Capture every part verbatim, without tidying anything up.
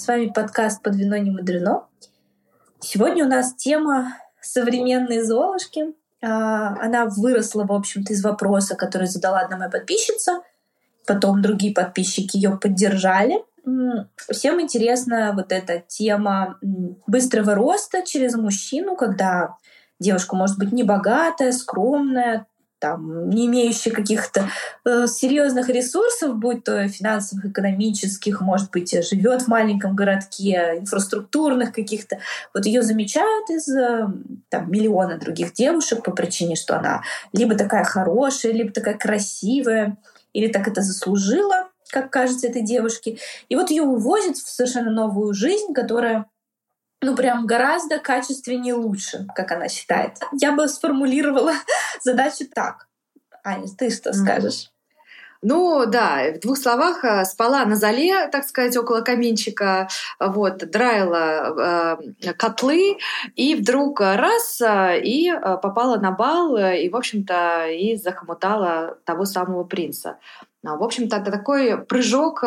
вами подкаст «Под вино не мудрено». Сегодня у нас тема современной Золушки. Она выросла, в общем-то, из вопроса, который задала одна моя подписчица. Потом другие подписчики ее поддержали. Всем интересна вот эта тема быстрого роста через мужчину, когда девушка может быть небогатая, скромная, там, не имеющая каких-то э, серьезных ресурсов, будь то финансовых, экономических, может быть, живет в маленьком городке, инфраструктурных каких-то. Вот ее замечают из э, там, миллиона других девушек по причине, что она либо такая хорошая, либо такая красивая, или так это заслужила, как кажется этой девушке. И вот ее увозят в совершенно новую жизнь, которая ну, прям гораздо качественнее лучше, как она считает. Я бы сформулировала задачу так. Аня, ты что скажешь? Ну да, в двух словах, спала на золе, так сказать, около каминчика, вот, драила э, котлы, и вдруг раз, и попала на бал, и, в общем-то, и захомутала того самого принца. В общем-то, это такой прыжок,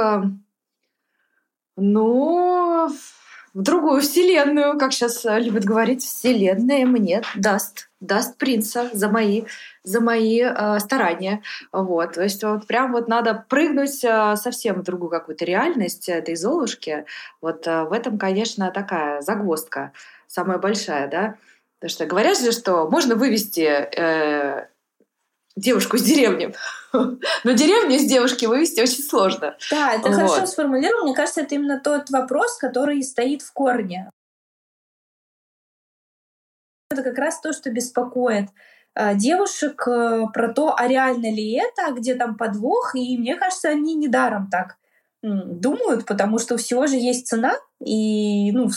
ну... в другую вселенную, как сейчас любят говорить, вселенная мне даст, даст принца за мои, за мои э, старания. Вот. То есть вот прям вот надо прыгнуть э, совсем в другую какую-то реальность этой Золушки. Вот э, в этом, конечно, такая загвоздка самая большая, да. Потому что говорят же, что можно вывести э, девушку из деревни. Но деревню из девушки вывести очень сложно. Да, это вот. Хорошо сформулировано. Мне кажется, это именно тот вопрос, который стоит в корне. Это как раз то, что беспокоит э, девушек э, про то, а реально ли это, а где там подвох. И мне кажется, они недаром так м, думают, потому что у всего же есть цена. И ну,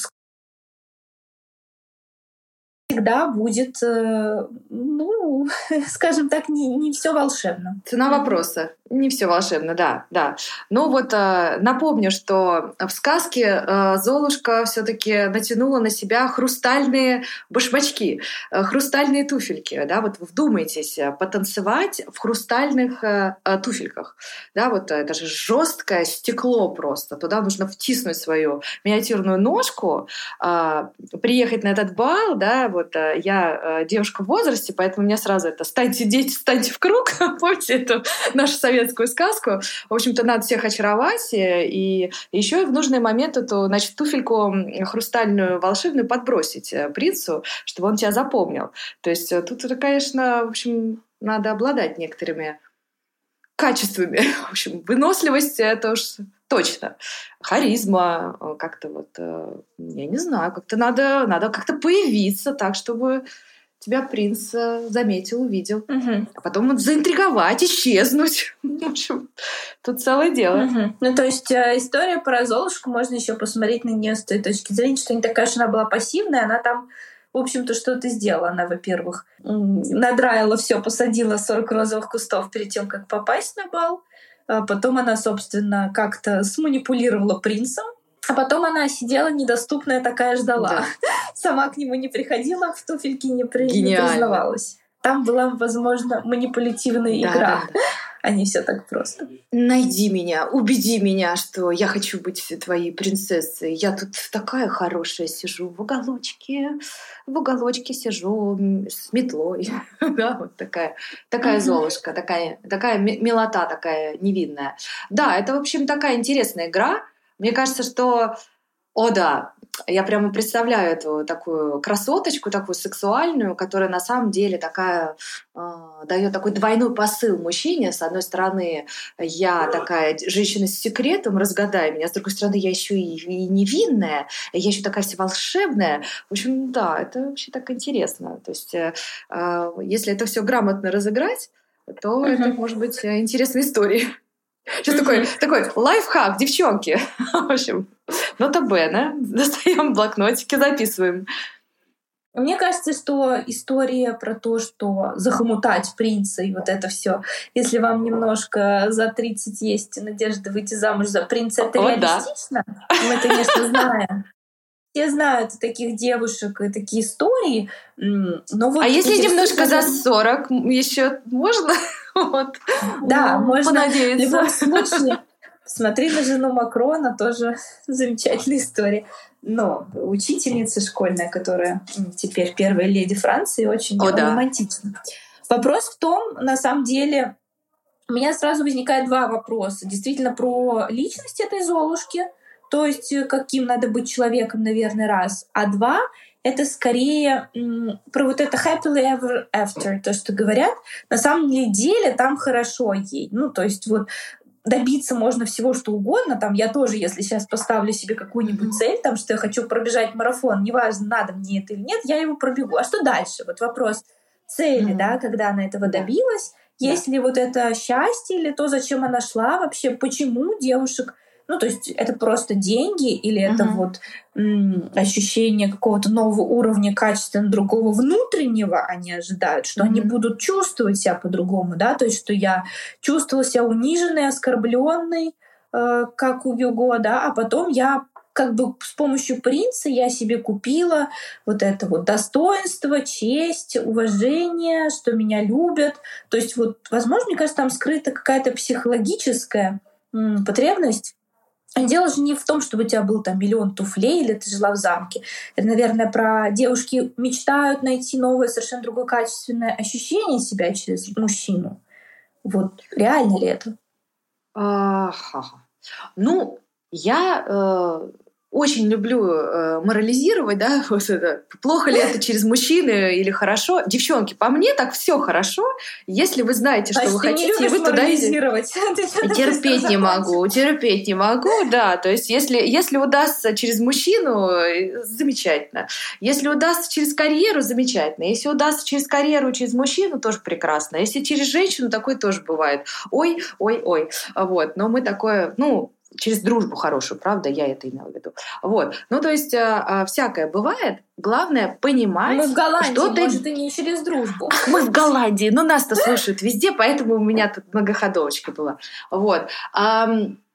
всегда будет, э, ну, скажем так, не, не все волшебно. Цена вопроса. Не все волшебно, да, да. Ну вот э, напомню, что в сказке э, Золушка все-таки натянула на себя хрустальные башмачки, э, хрустальные туфельки, да, вот вдумайтесь, потанцевать в хрустальных э, туфельках, да, вот это же жесткое стекло просто, туда нужно втиснуть свою миниатюрную ножку, э, приехать на этот бал, да, вот э, я э, девушка в возрасте, поэтому у меня сразу это «станьте, дети, станьте в круг», помните эту нашу советскую советскую сказку. В общем-то, надо всех очаровать. И еще в нужный момент эту, значит, туфельку хрустальную, волшебную подбросить принцу, чтобы он тебя запомнил. То есть тут, конечно, в общем, надо обладать некоторыми качествами. В общем, выносливость — это уж точно. Харизма, как-то вот, я не знаю, как-то надо, надо как-то появиться так, чтобы тебя принц заметил, увидел. Угу. А потом вот заинтриговать, исчезнуть. В общем, тут целое дело. Угу. Ну, то есть э, история про Золушку, можно еще посмотреть на нее с той точки зрения, что не такая, что она была пассивная, она там, в общем-то, что-то сделала. Она, во-первых, надраила все, посадила сорок розовых кустов перед тем, как попасть на бал. А потом она, собственно, как-то сманипулировала принцем. А потом она сидела недоступная такая, ждала. Да. Сама к нему не приходила, в туфельки не, при... не признавалась. Там была, возможно, манипулятивная да, игра, да, да. а не все так просто. Найди меня, убеди меня, что я хочу быть твоей принцессой. Я тут такая хорошая сижу в уголочке, в уголочке сижу с метлой. Да, вот такая, такая Золушка, такая, такая милота, такая невинная. Да, это, в общем, такая интересная игра. Мне кажется, что, о да, я прямо представляю эту такую красоточку, такую сексуальную, которая на самом деле такая э, дает такой двойной посыл мужчине. С одной стороны, я такая женщина с секретом, разгадай меня. С другой стороны, я еще и, и невинная, я еще такая вся волшебная. В общем, да, это вообще так интересно. То есть, э, э, если это все грамотно разыграть, то uh-huh. это может быть интересной историей. Сейчас такой, такой лайфхак, девчонки. В общем, нота бene, достаем блокнотики, записываем. Мне кажется, что история про то, что захомутать принца и вот это все, если вам немножко за тридцать есть надежда выйти замуж за принца, это О, реалистично. Да. Мы, конечно, знаем. Все знают таких девушек и такие истории. Но вот а если немножко за сорок, еще можно? Вот. Да, ну, можно понадеяться. в любом случае. Смотри на жену Макрона, тоже замечательная история. Но учительница школьная, которая теперь первая леди Франции, очень О, да. романтична. Вопрос в том, на самом деле, у меня сразу возникает два вопроса. Действительно, про личность этой Золушки, то есть каким надо быть человеком, наверное, раз. А два — это скорее м, про вот это happily ever after, то, что говорят. На самом деле там хорошо ей. Ну, то есть вот добиться можно всего, что угодно. Там я тоже, если сейчас поставлю себе какую-нибудь цель, там, что я хочу пробежать марафон, неважно, надо мне это или нет, я его пробегу. А что дальше? Вот вопрос цели, mm-hmm. да, когда она этого да. добилась. Есть да. ли вот это счастье, или то, зачем она шла вообще? Почему девушек... Ну, то есть это просто деньги, или mm-hmm. это вот м- ощущение какого-то нового уровня, качественно другого внутреннего они ожидают, что mm-hmm. они будут чувствовать себя по-другому, да, то есть что я чувствовала себя униженной, оскорбленной, э, как у Гюго, да, а потом я как бы с помощью принца я себе купила вот это вот достоинство, честь, уважение, что меня любят. То есть вот, возможно, мне кажется, там скрыта какая-то психологическая м- потребность. Дело же не в том, чтобы у тебя был там миллион туфлей или ты жила в замке. Это, наверное, про девушки мечтают найти новое, совершенно другое качественное ощущение себя через мужчину. Вот реально ли это? А-ха-ха. Ну, я э, очень люблю э, морализировать, да, вот это, плохо ли это через мужчины или хорошо. Девчонки, по мне так все хорошо, если вы знаете, что Значит, вы хотите, и вы туда идете. Терпеть не могу, терпеть не могу, да. То есть, если, если удастся через мужчину, замечательно. Если удастся через карьеру, замечательно. Если удастся через карьеру, через мужчину, тоже прекрасно. Если через женщину, такое тоже бывает. Ой, ой, ой. Вот. Но мы такое, ну, через дружбу хорошую, правда, я это имела в виду. Вот. Ну, то есть а, всякое бывает. Главное понимать, мы в Голландии, что ты... может, и не через дружбу. Мы в Голландии, но нас-то слушают везде, поэтому у меня тут многоходовочка была. Вот. А,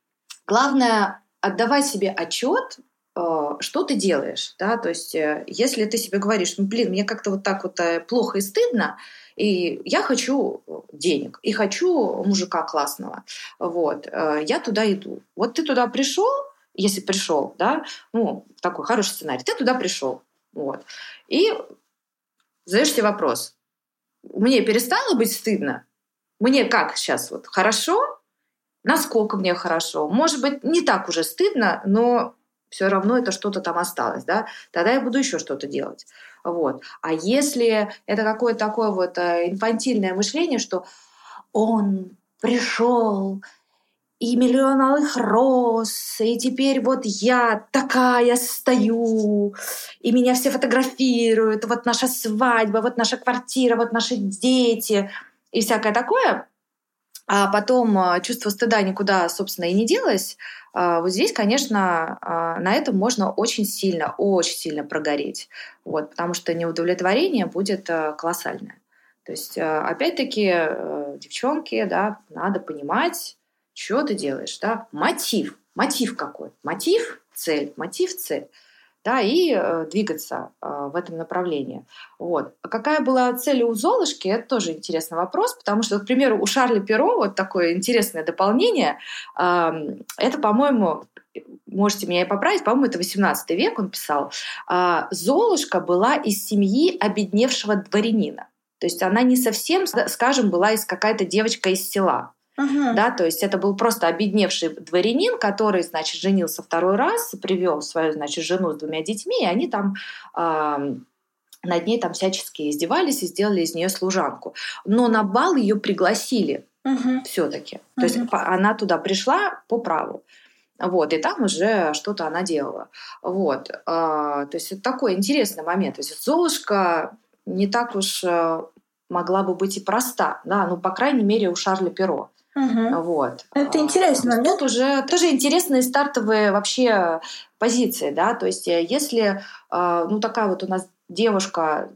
главное отдавать себе отчет, что ты делаешь, да, то есть если ты себе говоришь, ну, блин, мне как-то вот так вот плохо и стыдно, и я хочу денег, и хочу мужика классного, вот, я туда иду. Вот ты туда пришел, если пришел, да, ну, такой хороший сценарий, ты туда пришел, вот, и задаешь себе вопрос, мне перестало быть стыдно? Мне как сейчас, вот, хорошо? Насколько мне хорошо? Может быть, не так уже стыдно, но все равно это что-то там осталось, да, тогда я буду еще что-то делать. Вот. А если это какое-то такое вот инфантильное мышление, что он пришел, и миллион алых роз, и теперь вот я такая стою, и меня все фотографируют, вот наша свадьба, вот наша квартира, вот наши дети, и всякое такое, а потом чувство стыда никуда, собственно, и не делось, вот здесь, конечно, на этом можно очень сильно, очень сильно прогореть, вот, потому что неудовлетворение будет колоссальное. То есть, опять-таки, девчонки, да, надо понимать, что ты делаешь, да, мотив, мотив какой, мотив, цель, мотив, цель. Да, и э, двигаться э, в этом направлении. Вот. А какая была цель у Золушки, это тоже интересный вопрос, потому что, к примеру, у Шарля Перро вот такое интересное дополнение, э, это, по-моему, можете меня и поправить, по-моему, это восемнадцатый век он писал, э, Золушка была из семьи обедневшего дворянина. То есть она не совсем, скажем, была из какая-то девочка из села. Uh-huh. Да, то есть это был просто обедневший дворянин, который, значит, женился второй раз, привел свою, значит, жену с двумя детьми, и они там э, над ней там всячески издевались и сделали из нее служанку. Но на бал ее пригласили uh-huh. все-таки. Uh-huh. То есть она туда пришла по праву. Вот, и там уже что-то она делала. Вот. Э, то есть это такой интересный момент. То есть Золушка не так уж могла бы быть и проста, да, ну, по крайней мере, у Шарля Перро. Угу. Вот. Это интересно, а, тут уже тоже интересные стартовые вообще позиции, да, то есть если, ну, такая вот у нас девушка,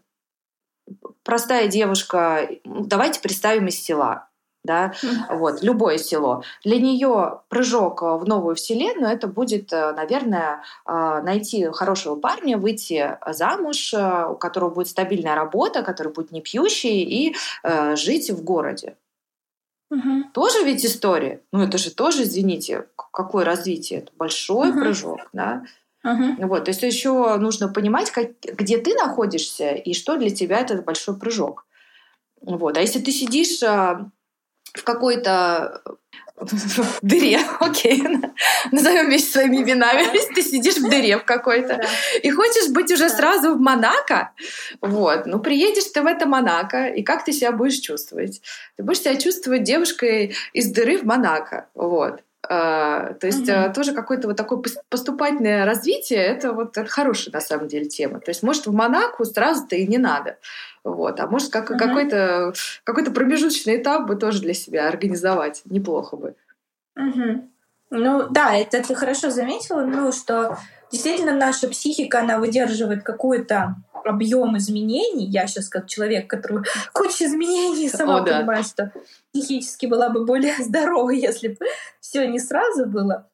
простая девушка, давайте представим из села, да, mm-hmm. вот, любое село. Для нее прыжок в новую вселенную это будет, наверное, найти хорошего парня, выйти замуж, у которого будет стабильная работа, который будет не пьющий, и жить в городе. Угу. Тоже ведь история. Ну, это же тоже, извините, какое развитие? Это большой Угу. прыжок, да? Угу. Вот, то есть еще нужно понимать, как, где ты находишься и что для тебя этот большой прыжок. Вот. А если ты сидишь а, в какой-то дыре, окей, назовем вещи своими именами, если ты сидишь в дыре в какой-то и хочешь быть уже сразу в Монако, вот, ну приедешь ты в это Монако, и как ты себя будешь чувствовать? Ты будешь себя чувствовать девушкой из дыры в Монако, вот. Uh, то есть uh, тоже какое-то вот такое поступательное развитие, это вот хорошая на самом деле тема. То есть, может, в Монако сразу-то и не надо. Вот. А может, как, uh-huh. какой-то, какой-то промежуточный этап бы тоже для себя организовать. Неплохо бы. Uh-huh. Ну да, это ты хорошо заметила, ну, что действительно наша психика, она выдерживает какой-то объем изменений. Я сейчас как человек, который куча изменений, сама О, понимаю, да. что психически была бы более здоровой, если бы все не сразу было.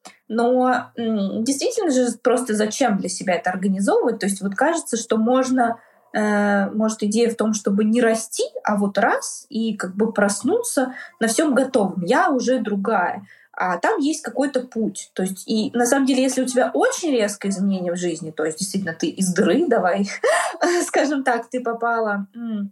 Но м, действительно же просто зачем для себя это организовывать? То есть вот кажется, что можно, э, может, идея в том, чтобы не расти, а вот раз и как бы проснуться на всем готовом. Я уже другая. А там есть какой-то путь. То есть, и на самом деле, если у тебя очень резкое изменение в жизни, то есть действительно ты из дыры, давай, скажем так, ты попала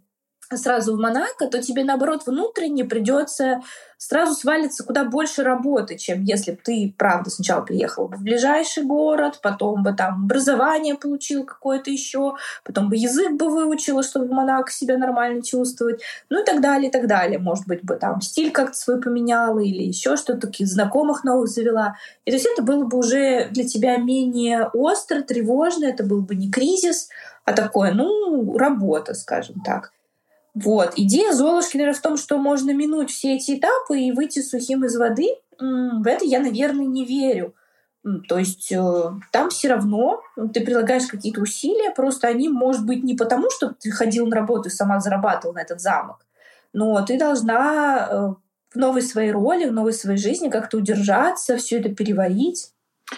сразу в Монако, то тебе, наоборот, внутренне придется сразу свалиться куда больше работы, чем если бы ты, правда, сначала приехал бы в ближайший город, потом бы там образование получил какое-то еще, потом бы язык бы выучила, чтобы в Монако себя нормально чувствовать, ну и так далее, и так далее. Может быть, бы там стиль как-то свой поменяла или еще что-то, таких знакомых новых завела. И то есть это было бы уже для тебя менее остро, тревожно, это был бы не кризис, а такое, ну, работа, скажем так. Вот. Идея Золушки, наверное, в том, что можно минуть все эти этапы и выйти сухим из воды. В это я, наверное, не верю. То есть э, там все равно ты прилагаешь какие-то усилия, просто они, может быть, не потому, что ты ходил на работу и сама зарабатывал на этот замок, но ты должна э, в новой своей роли, в новой своей жизни как-то удержаться, все это переварить.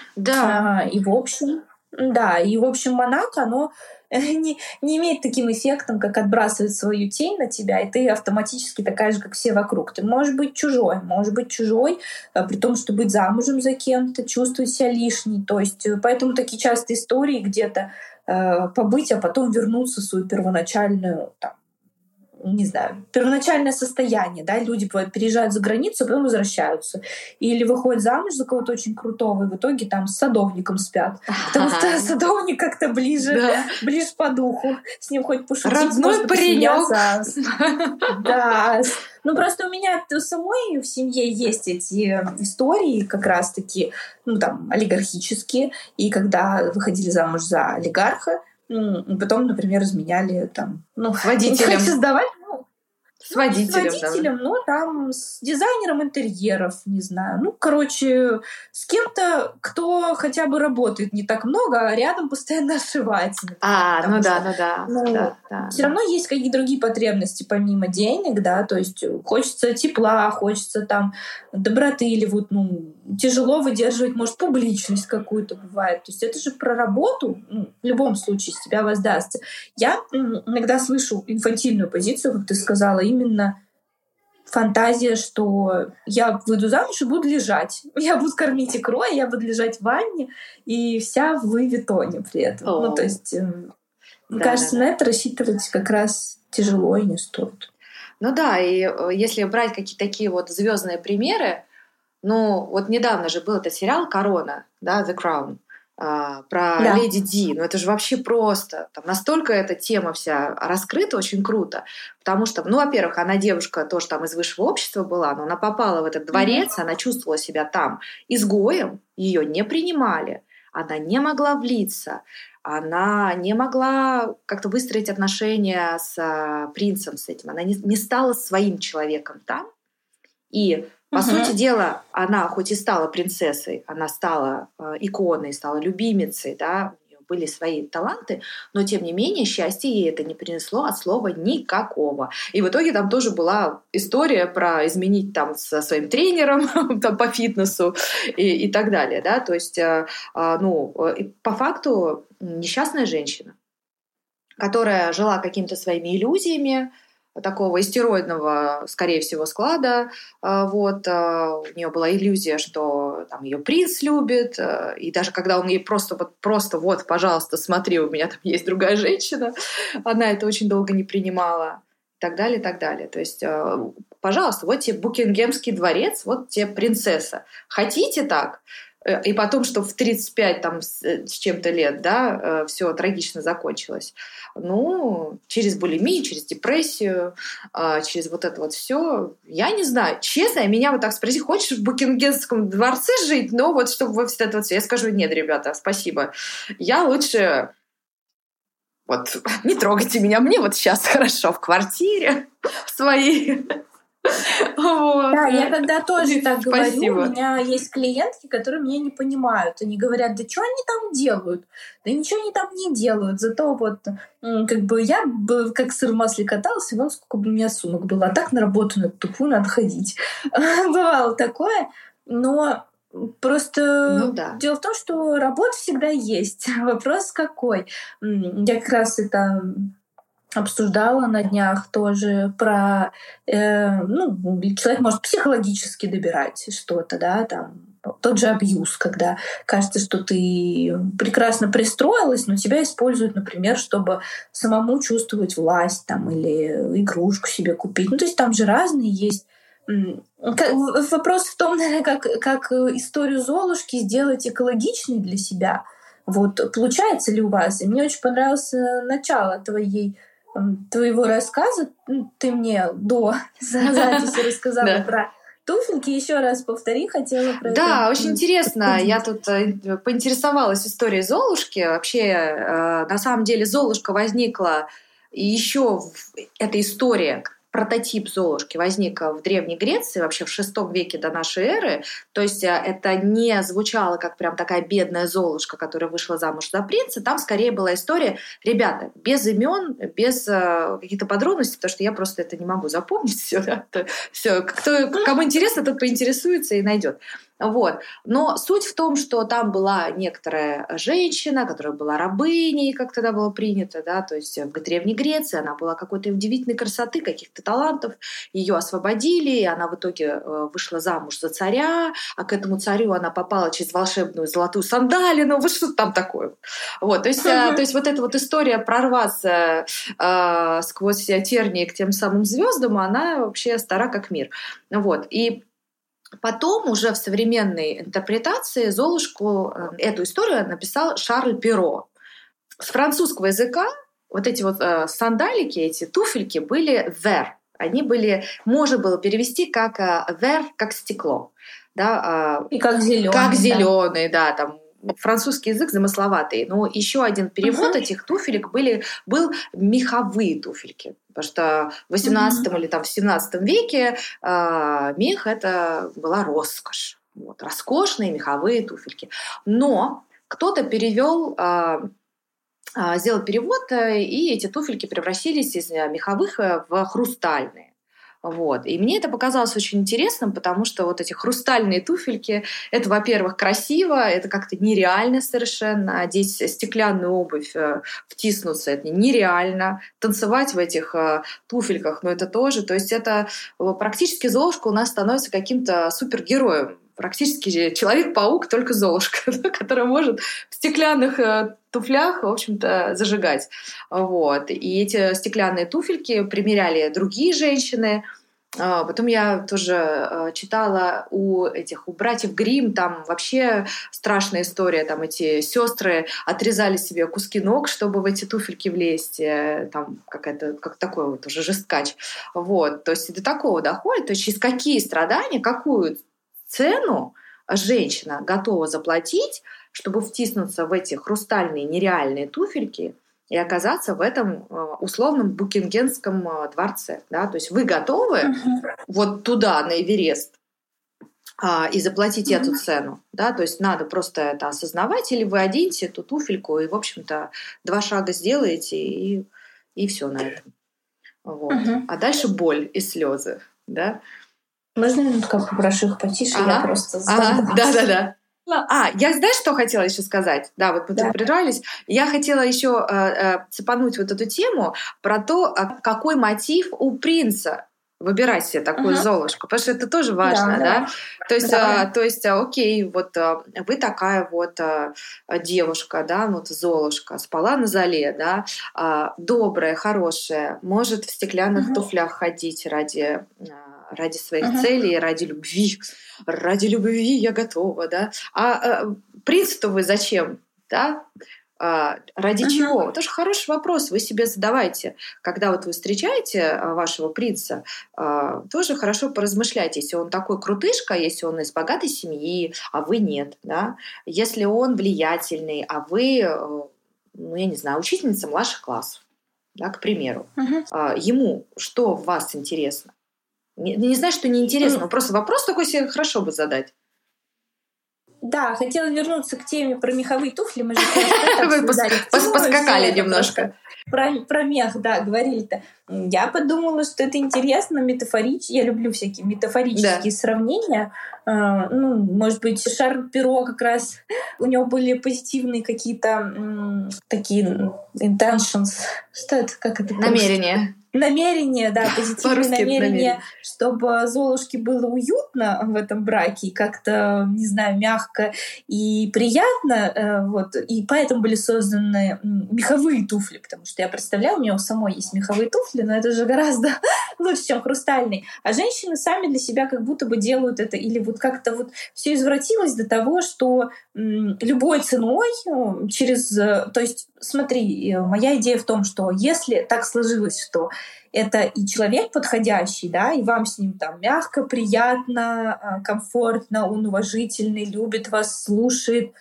Да. А, и в общем, да, и в общем Монако, оно не, не имеет таким эффектом, как отбрасывает свою тень на тебя, и ты автоматически такая же, как все вокруг. Ты можешь быть чужой, можешь быть чужой, при том, что быть замужем за кем-то, чувствовать себя лишней. То есть поэтому такие частые истории где-то э, побыть, а потом вернуться в свою первоначальную, там, не знаю, первоначальное состояние, да, люди бывают, переезжают за границу, а потом возвращаются. Или выходят замуж за кого-то очень крутого, и в итоге там с садовником спят. Потому что садовник как-то ближе, да. ближе по духу. С ним хоть пошутить, родной паренек. Да. Ну, просто у меня самой в семье есть эти истории как раз-таки, ну, там, олигархические. И когда выходили замуж за олигарха, потом, например, изменяли там, ну, с водителем. Не создавать, ну, с водителем, с водителем, да. но там с дизайнером интерьеров, не знаю. Ну, короче, с кем-то, кто хотя бы работает не так много, а рядом постоянно ошивается. Например, а, ну что, да, ну да. Ну, да, да все да. равно есть какие-то другие потребности помимо денег, да, то есть хочется тепла, хочется там доброты, или вот, ну, тяжело выдерживать, может, публичность какую-то бывает. То есть это же про работу, ну, в любом случае с тебя воздастся. Я иногда слышу инфантильную позицию, как ты сказала, именно фантазия, что я выйду замуж и буду лежать. Я буду кормить икрой, я буду лежать в ванне, и вся в Луи Виттоне при этом. О. Ну, то есть, э, мне да, кажется, да, на да. это рассчитывать как раз тяжело и не стоит. Ну да, и если брать какие-то такие вот звездные примеры, ну, вот недавно же был этот сериал «Корона», да, «The Crown», Uh, про да. Леди Ди. Ну, это же вообще просто. Там настолько эта тема вся раскрыта очень круто. Потому что, ну, во-первых, она девушка тоже там из высшего общества была, но она попала в этот дворец, mm-hmm. она чувствовала себя там изгоем, ее не принимали, она не могла влиться, она не могла как-то выстроить отношения с uh, принцем, с этим. Она не, не стала своим человеком там. И По uh-huh. сути дела, она хоть и стала принцессой, она стала э, иконой, стала любимицей, да, у нее были свои таланты, но тем не менее счастье ей это не принесло от слова никакого. И в итоге там тоже была история про изменить там со своим тренером там, по фитнесу и, и так далее, да, то есть, э, э, ну, э, по факту несчастная женщина, которая жила какими-то своими иллюзиями, такого истероидного, скорее всего, склада. Вот. У нее была иллюзия, что там ее принц любит. И даже когда он ей просто вот, просто вот, пожалуйста, смотри, у меня там есть другая женщина, она это очень долго не принимала. И так далее, и так далее. То есть, пожалуйста, вот тебе Букингемский дворец, вот тебе принцесса. Хотите так? И потом, что в тридцать пять там, с, с чем-то лет, да, все трагично закончилось. Ну, через булимию, через депрессию, через вот это вот все. Я не знаю. Честно, меня вот так спросили, хочешь в Букингемском дворце жить? Но вот чтобы вот это вот все. Я скажу, нет, ребята, спасибо. Я лучше... Вот, не трогайте меня, мне вот сейчас хорошо в квартире своей... Вот. Да, я когда тоже так Спасибо. говорю, у меня есть клиентки, которые меня не понимают. Они говорят, да что они там делают? Да ничего они там не делают. Зато вот как бы я бы как сыр в масле каталась, и вон сколько бы у меня сумок было. А так на работу на тупую надо ходить. Бывало такое, но просто ну, да. дело в том, что работа всегда есть. Вопрос какой? Я как раз это... обсуждала на днях тоже про... Э, ну, человек может психологически добирать что-то, да, там, тот же абьюз, когда кажется, что ты прекрасно пристроилась, но тебя используют, например, чтобы самому чувствовать власть там, или игрушку себе купить. Ну, то есть там же разные есть. Вопрос в том, наверное, как, как историю Золушки сделать экологичной для себя. Вот, получается ли у вас? И мне очень понравилось начало твоей твоего рассказа. Ты мне до записи рассказала про туфельки. Еще раз повтори, хотела про это. Да, очень интересно. Я тут поинтересовалась историей Золушки. Вообще, на самом деле, Золушка возникла еще... Эта история, прототип Золушки возник в Древней Греции, вообще в шестом веке до нашей эры. То есть это не звучало как прям такая бедная Золушка, которая вышла замуж за принца. Там скорее была история, ребята, без имен, без э, каких-то подробностей, потому что я просто это не могу запомнить все. Да? Все. Кто, кому интересно, тот поинтересуется и найдет. Вот. Но суть в том, что там была некоторая женщина, которая была рабыней, как тогда было принято, да, то есть в Древней Греции она была какой-то удивительной красоты, каких-то талантов, ее освободили, и она в итоге вышла замуж за царя, а к этому царю она попала через волшебную золотую сандалину, вот что там такое. Вот, то есть, то есть вот эта вот история прорваться э, сквозь тернии к тем самым звездам, она вообще стара как мир. Вот, и потом уже в современной интерпретации Золушку, эту историю написал Шарль Перро. С французского языка вот эти вот э, сандалики, эти туфельки были «ver». Они были, можно было перевести как «ver», как стекло. Да, э, И как зеленый. Как зеленый, да, да там. Французский язык замысловатый. Но еще один перевод uh-huh. этих туфелек были, был меховые туфельки. Потому что в восемнадцатом uh-huh. или там, в семнадцатом веке э, мех — это была роскошь. Вот, роскошные меховые туфельки. Но кто-то перевел, э, э, сделал перевод, э, и эти туфельки превратились из меховых в хрустальные. Вот. И мне это показалось очень интересным, потому что вот эти хрустальные туфельки, это, во-первых, красиво, это как-то нереально совершенно. Одеть стеклянную обувь, втиснуться, это нереально. Танцевать в этих туфельках, ну это тоже. То есть это практически Золушка у нас становится каким-то супергероем. Практически Человек-паук, только Золушка, которая может в стеклянных туфлях, в общем-то, зажигать. Вот. И эти стеклянные туфельки примеряли другие женщины. Потом я тоже читала у этих, у братьев Гримм, там вообще страшная история. Там эти сестры отрезали себе куски ног, чтобы в эти туфельки влезть. Там какая-то, как такой вот уже жесткач. Вот. То есть до такого доходит. То есть через какие страдания, какую цену женщина готова заплатить, чтобы втиснуться в эти хрустальные нереальные туфельки и оказаться в этом условном Букингемском дворце. Да? То есть вы готовы uh-huh. вот туда, на Эверест, и заплатить uh-huh. эту цену. Да? То есть надо просто это осознавать, или вы оденете эту туфельку и, в общем-то, два шага сделаете, и, и все на этом. Вот. Uh-huh. А дальше боль и слезы. Да? Можно минутку попрошу их потише? Ага. Я просто... Ага. Да-да-да. А, я знаешь, что хотела еще сказать? Да, вот мы Да. тут прервались. Я хотела еще э, э, цепануть вот эту тему про то, а какой мотив у принца выбирать себе такую Мгм. Золушку, потому что это тоже важно, Да, да? да. То есть, Да. а, то есть, а, окей, вот а, вы такая вот а, девушка, да, вот Золушка, спала на Золе, да, а, добрая, хорошая, может в стеклянных Мгм. туфлях ходить ради, а, ради своих Мгм. целей, ради любви, ради любви я готова, да. А, а принцу-то вы зачем, да? А, ради Мгм. чего? Тоже хороший вопрос, вы себе задавайте. Когда вот вы встречаете а, вашего принца, а, тоже хорошо поразмышляйте, если он такой крутышка, если он из богатой семьи, а вы нет, да? Если он влиятельный, а вы, э, ну, я не знаю, учительница младших классов, да, к примеру. Мгм. А, ему что в вас интересно? Не, не знаю, что неинтересно, М, просто вопрос такой себе хорошо бы задать. Да, хотела вернуться к теме про меховые туфли. Мы же как раз про это Вы пос- обсуждали. К пос- чему мы все поскакали это немножко. просто про, про мех, да, говорили-то. М, Я подумала, что это интересно, метафорически. Я люблю всякие метафорические Да. сравнения. А, ну, может быть, Шарль Перро как раз, у него были позитивные какие-то м, такие м, intentions. Что это? Как это по-русски? Намерение. Намерение, да, позитивные По-русски намерения, намерение. чтобы Золушке было уютно в этом браке, и как-то, не знаю, мягко и приятно, э, вот, и поэтому были созданы м, меховые туфли, потому что я представляю, у меня у самой есть меховые туфли, но это же гораздо лучше, чем хрустальные. А женщины сами для себя как будто бы делают это, или вот как-то вот все извратилось до того, что м, любой ценой э, через... э, То есть, смотри, э, моя идея в том, что если так сложилось, что это и человек подходящий, да, и вам с ним там мягко, приятно, а, комфортно, он уважительный, любит вас, слушает.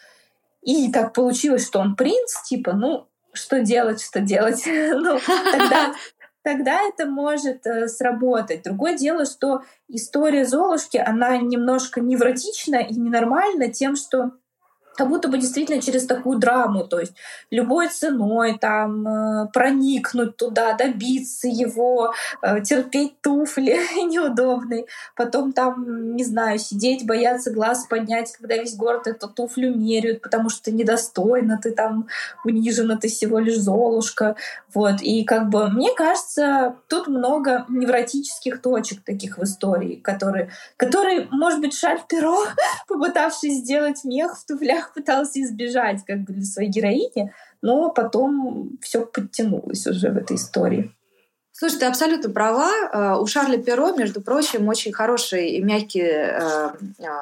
И так получилось, что он принц, типа, ну, что делать, что делать. Ну, тогда, тогда это может э, сработать. Другое дело, что история Золушки, она немножко невротична и ненормальна тем, что как будто бы действительно через такую драму, то есть любой ценой там э, проникнуть туда, добиться его, э, терпеть туфли неудобные, потом там, не знаю, сидеть, бояться глаз поднять, когда весь город эту туфлю меряют, потому что ты недостойна, ты там унижена, ты всего лишь Золушка. Вот. И как бы мне кажется, тут много невротических точек таких в истории, которые, которые может быть, Шарль Перро, попытавшись сделать мех в туфлях, пытался избежать как бы для своей героини, но потом все подтянулось уже в этой истории. Слушай, ты абсолютно права. У Шарля Перро, между прочим, очень хороший и мягкий э,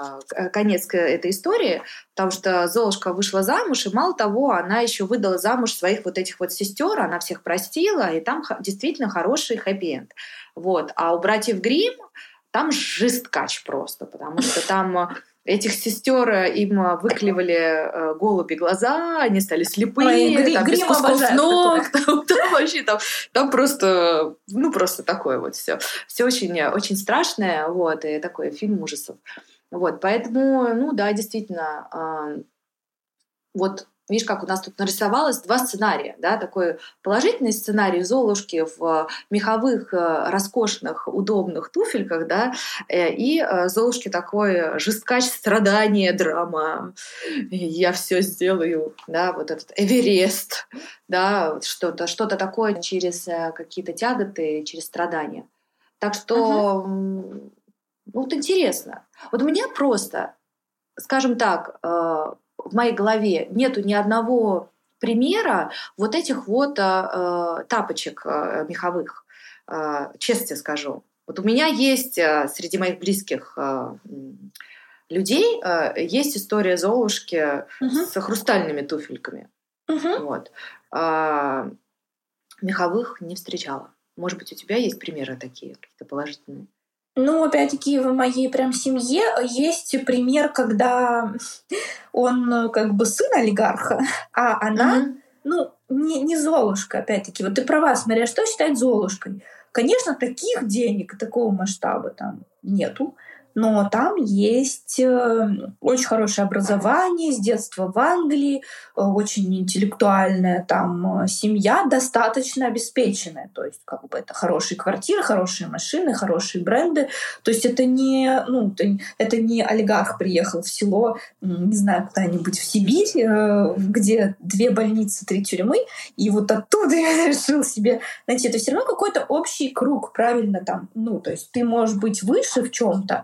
э, конец к этой истории, потому что Золушка вышла замуж, и мало того, она еще выдала замуж своих вот этих вот сестер, она всех простила, и там действительно хороший хэппи-энд. Вот. А у братьев Гримм там жесткач просто, потому что там этих сестер им выклевали голуби глаза, они стали слепые, Ой, там без Гримм кусков обожают ног, такое. там, там вообще там, там просто, ну просто такое вот все, все очень, очень страшное, вот, и такой фильм ужасов, вот, поэтому, ну да, действительно, э, вот. Видишь, как у нас тут нарисовалось два сценария. Да? Такой положительный сценарий Золушки в меховых, роскошных, удобных туфельках, да? И Золушки такой жесткач, страдание, драма. Я все сделаю. Да? Вот этот Эверест. Да? Что-то, что-то такое через какие-то тяготы, через страдания. Так что, uh-huh. ну, вот интересно. Вот у меня просто, скажем так, в моей голове нету ни одного примера вот этих вот э, тапочек э, меховых. Э, честно тебе скажу. Вот у меня есть э, среди моих близких э, людей э, есть история Золушки угу. с хрустальными туфельками. Угу. Вот. Э, меховых не встречала. Может быть, у тебя есть примеры такие, какие-то положительные? Ну, опять-таки, в моей прям семье есть пример, когда он как бы сын олигарха, а она, mm-hmm. ну, не, не Золушка, опять-таки. Вот ты права, смотря что считать Золушкой. Конечно, таких денег, такого масштаба там нету, но там есть э, очень хорошее образование, с детства в Англии, э, очень интеллектуальная там э, семья, достаточно обеспеченная. То есть как бы это хорошие квартиры, хорошие машины, хорошие бренды. То есть это не, ну, это, это не олигарх приехал в село, не знаю, куда-нибудь в Сибирь, э, где две больницы, три тюрьмы, и вот оттуда я решил себе найти. Это все равно какой-то общий круг, правильно там. Ну, то есть ты можешь быть выше в чем-то,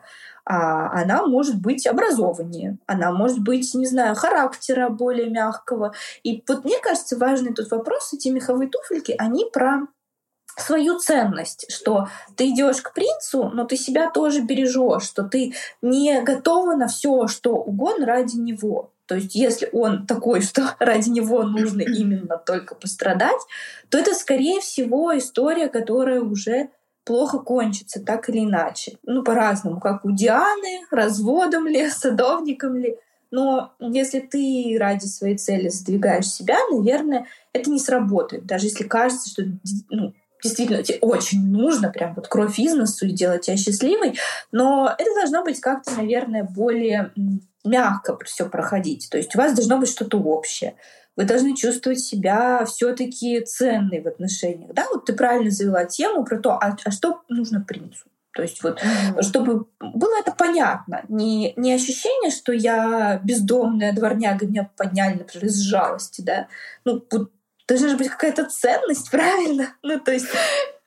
а она может быть образованнее, она может быть, не знаю, характера более мягкого. И вот мне кажется, важный тут вопрос, эти меховые туфельки, они про свою ценность, что ты идешь к принцу, но ты себя тоже бережешь, что ты не готова на все, что угодно ради него. То есть если он такой, что ради него нужно именно только пострадать, то это, скорее всего, история, которая уже плохо кончится, так или иначе. Ну, по-разному, как у Дианы, разводом ли, садовником ли. Но если ты ради своей цели сдвигаешь себя, наверное, это не сработает. Даже если кажется, что ну, действительно тебе очень нужно прям вот кровь из носу и делать тебя счастливой, но это должно быть как-то, наверное, более мягко все проходить. То есть у вас должно быть что-то общее. Вы должны чувствовать себя все-таки ценной в отношениях. Да, вот ты правильно завела тему про то, а, а что нужно принцу. То есть вот, mm-hmm. чтобы было это понятно. Не, не ощущение, что я бездомная дворняга, меня подняли, например, из жалости. Да? Ну, вот, должна же быть какая-то ценность, правильно? Ну, то есть...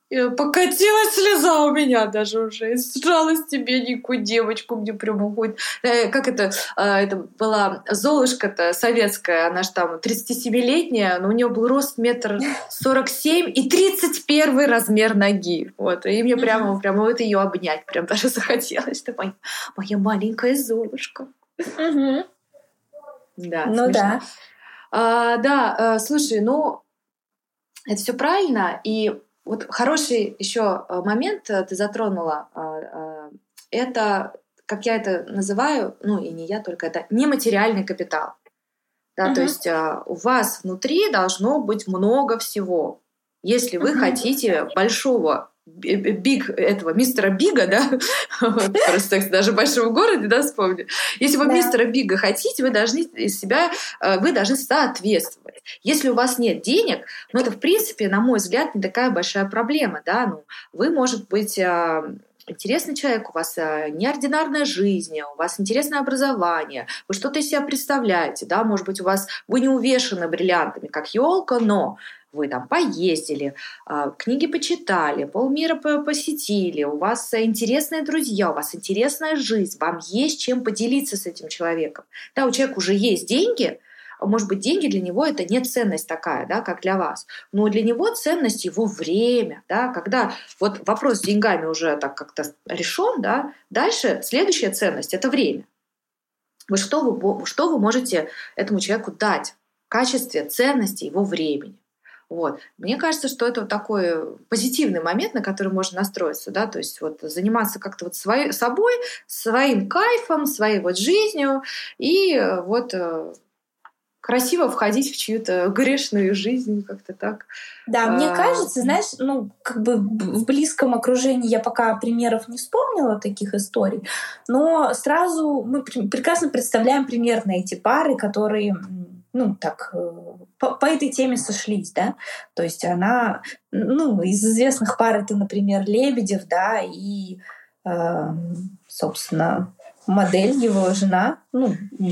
Покатилась слеза у меня даже уже из жалости бедненькую девочку, мне прямо уходит. Как это? Это была Золушка-то советская, она же там тридцатисемилетняя, но у нее был рост метр сорок семь и тридцать первый размер ноги. Вот. И мне прямо, прямо вот ее обнять прям даже захотелось. Это моя, моя маленькая Золушка. Угу. Да, ну смешно. да. А, да, слушай, ну это все правильно, и вот хороший еще момент ты затронула. Это, как я это называю, ну и не я только, это нематериальный капитал. Да, uh-huh. То есть у вас внутри должно быть много всего. Если вы uh-huh. хотите большого биг этого мистера Бига, да, просто даже в большом городе, да, вспомню. Если вы мистера Бига хотите, вы должны из себя, вы должны соответствовать. Если у вас нет денег, ну это в принципе, на мой взгляд, не такая большая проблема, да, ну вы, может быть, интересный человек, у вас неординарная жизнь, у вас интересное образование, вы что-то из себя представляете, да, может быть, у вас вы не увешаны бриллиантами, как елка, но вы там поездили, книги почитали, полмира посетили, у вас интересные друзья, у вас интересная жизнь, вам есть чем поделиться с этим человеком. Да, у человека уже есть деньги, может быть, деньги для него это не ценность такая, да, как для вас, но для него ценность его время, да, когда вот вопрос с деньгами уже так как-то решен, да, дальше следующая ценность – это время. Вы что, вы что вы можете этому человеку дать в качестве ценности его времени? Вот. Мне кажется, что это вот такой позитивный момент, на который можно настроиться, да, то есть вот заниматься как-то вот своей, собой, своим кайфом, своей вот жизнью и вот красиво входить в чью-то грешную жизнь, как-то так. Да, мне кажется, знаешь, ну, как бы в близком окружении я пока примеров не вспомнила таких историй, но сразу мы прекрасно представляем примерно эти пары, которые, ну, так, по, по этой теме сошлись, да, то есть она, ну, из известных пар это, например, Лебедев, да, и, э, собственно, модель, его жена, ну,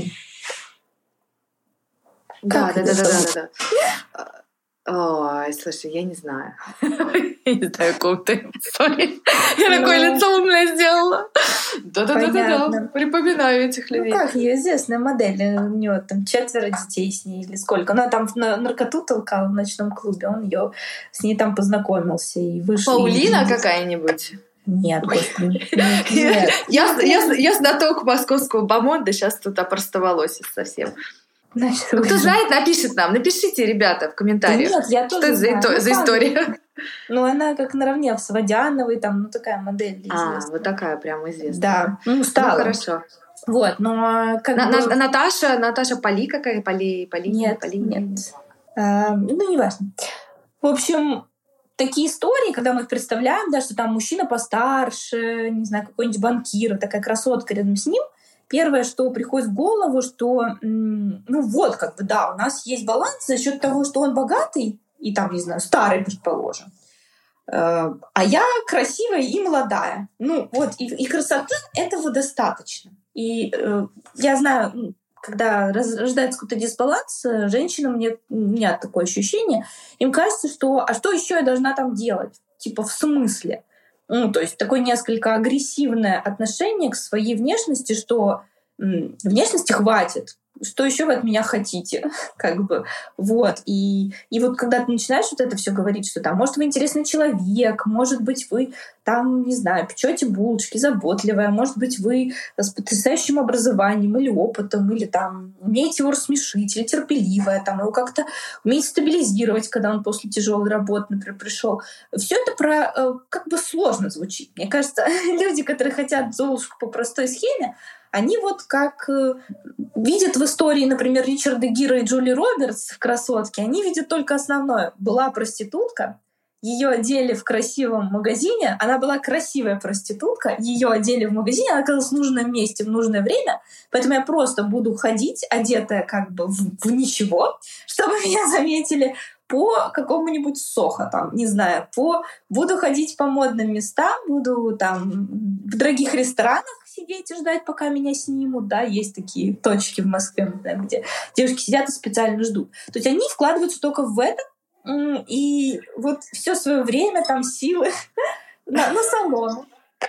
Да, да, да, да, да, да. Ой, слушай, я не знаю. Я не знаю, о ком ты. Сори. Я такое лицо умное сделала. Да-да-да-да. Припоминаю этих людей. Ну как, ее известная модель. У нее там четверо детей с ней или сколько. Она там наркоту толкала в ночном клубе. Он ее с ней там познакомился и вышел. Паулина какая-нибудь? Нет, господи. Нет. Я, я, я знаток московского бомонда, сейчас тут опростоволосись совсем. Значит, ну, кто знает, напишет нам. Напишите, ребята, в комментариях. Нет, я что тоже это знаю. за, ну, за история? Ну, она как наравне с Водяновой, там, ну, такая модель известная. А, вот такая прям известная. Да, ну, стала. Ну, хорошо. Вот, но как на, бы... на, Наташа, Наташа Поли какая? Поли, Поли, нет, Поли? нет. А, ну, неважно. В общем, такие истории, когда мы их представляем, да, что там мужчина постарше, не знаю, какой-нибудь банкир, такая красотка рядом с ним, первое, что приходит в голову, что, ну вот, как бы, да, у нас есть баланс за счет того, что он богатый и там, не знаю, старый, предположим, а я красивая и молодая. Ну вот, и, и красоты этого достаточно. И э, я знаю, когда рождается какой-то дисбаланс, женщинам, мне, у меня такое ощущение, им кажется, что а что еще я должна там делать? Типа в смысле? Ну, то есть такое несколько агрессивное отношение к своей внешности, что м, внешности хватит. Что еще вы от меня хотите? Как бы, вот. И, и вот когда ты начинаешь вот это все говорить, что там, может, вы интересный человек, может быть, вы там, не знаю, печете булочки, заботливая, может быть, вы с потрясающим образованием или опытом, или там умеете его рассмешить, или терпеливая, там, его как-то умеете стабилизировать, когда он после тяжелой работы, например, пришел. Все это про как бы сложно звучит. Мне кажется, люди, которые хотят Золушку по простой схеме, они вот как э, видят в истории, например, Ричарда Гира и Джули Робертс в «Красотке», они видят только основное. Была проститутка, ее одели в красивом магазине, она была красивая проститутка, ее одели в магазине, она оказалась в нужном месте в нужное время, поэтому я просто буду ходить, одетая как бы в, в ничего, чтобы меня заметили, по какому-нибудь Сохо, там, не знаю, по... буду ходить по модным местам, буду там в дорогих ресторанах сидеть и ждать, пока меня снимут, да, есть такие точки в Москве, где девушки сидят и специально ждут. То есть они вкладываются только в это, и вот все свое время, там, силы на, на салон.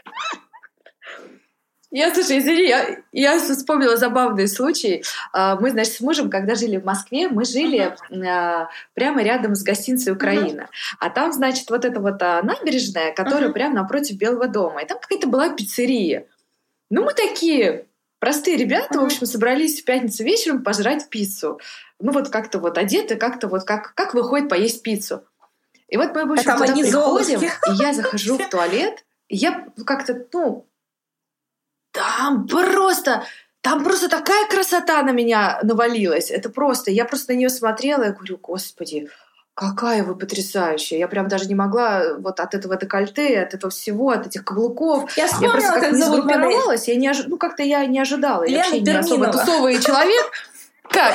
Я, слушай, извини, я, я вспомнила забавный случай. Мы, значит, с мужем, когда жили в Москве, мы жили uh-huh. прямо рядом с гостиницей «Украина». Uh-huh. А там, значит, вот эта вот набережная, которая uh-huh. прямо напротив Белого дома. И там какая-то была пиццерия. Ну, мы такие простые ребята, uh-huh. в общем, собрались в пятницу вечером пожрать пиццу. Ну, вот как-то вот одеты, как-то вот как, как выходит поесть пиццу. И вот мы, в общем, туда приходим, и я захожу в туалет, и я как-то, ну... Там просто, там просто такая красота на меня навалилась. Это просто, я просто на нее смотрела и говорю, господи, какая вы потрясающая. Я прям даже не могла вот от этого декольте, от этого всего, от этих каблуков. Я вспомнила, я просто как не зовут сгруппировалась, я не ожи... ну как-то я не ожидала. Лена Я вообще Перминова. Не особо тусовый человек. Как?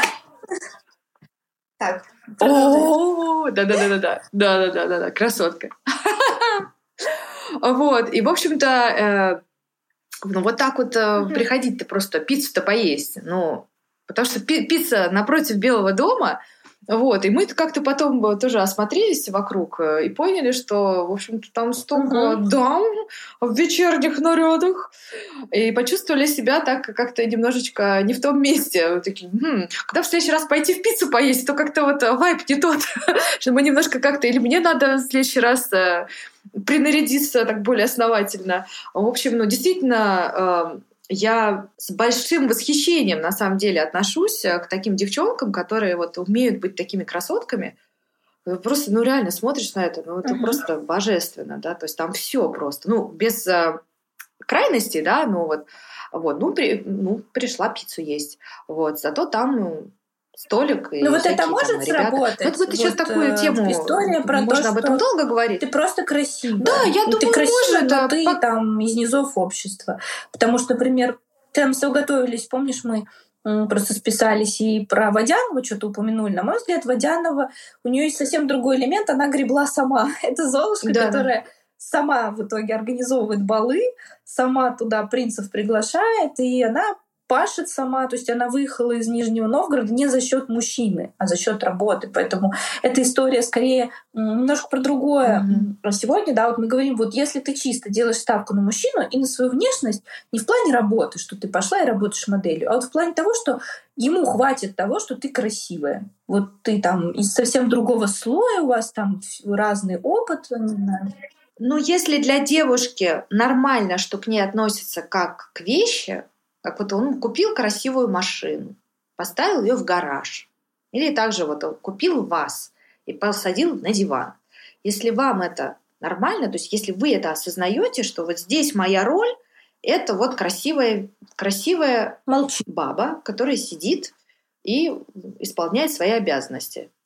Так. О, да-да-да-да-да, да-да-да-да, красотка. Вот, и в общем-то. Ну, вот так вот uh-huh. приходить-то просто пиццу-то поесть. Ну, потому что пи- пицца напротив Белого дома. Вот, и мы как-то потом тоже осмотрелись вокруг и поняли, что, в общем-то, там столько uh-huh. дам в вечерних нарядах. И почувствовали себя так как-то немножечко не в том месте. Вот такие, хм, когда в следующий раз пойти в пиццу поесть, то как-то вот вайб не тот. Что мы немножко как-то... Или мне надо в следующий раз принарядиться так более основательно. В общем, ну, действительно... Я с большим восхищением, на самом деле, отношусь к таким девчонкам, которые вот умеют быть такими красотками. Просто, ну, реально смотришь на это, ну, это uh-huh. просто божественно, да, то есть там все просто, ну, без э, крайностей, да, ну, вот, вот ну, при, ну, пришла пиццу есть, вот, зато там, ну, столик и ну, вот всякие, это может там, ребята. сработать? Вот, вот еще вот, такую тему, история про можно то, об этом долго говорить. Ты просто красивая. Да, я думаю, ты красивая, может. Но ты по... там из низов общества. Потому что, например, когда мы с тобой готовились, помнишь, мы просто списались и про Водянову что-то упомянули. На мой взгляд, Водянова, у нее есть совсем другой элемент, она гребла сама. Это Золушка, да, которая сама в итоге организовывает балы, сама туда принцев приглашает, и она пашет сама, то есть она выехала из Нижнего Новгорода не за счет мужчины, а за счет работы. Поэтому эта история скорее немножко про другое. Mm-hmm. А сегодня, да, вот мы говорим, вот если ты чисто делаешь ставку на мужчину и на свою внешность, не в плане работы, что ты пошла и работаешь моделью, а вот в плане того, что ему хватит того, что ты красивая. Вот ты там из совсем другого слоя, у вас там разный опыт, не знаю. Ну, если для девушки нормально, что к ней относятся как к вещи, как вот он купил красивую машину, поставил ее в гараж. Или также вот он купил вас и посадил на диван. Если вам это нормально, то есть если вы это осознаете, что вот здесь моя роль, это вот красивая, красивая Молчи. баба, которая сидит и исполняет свои обязанности.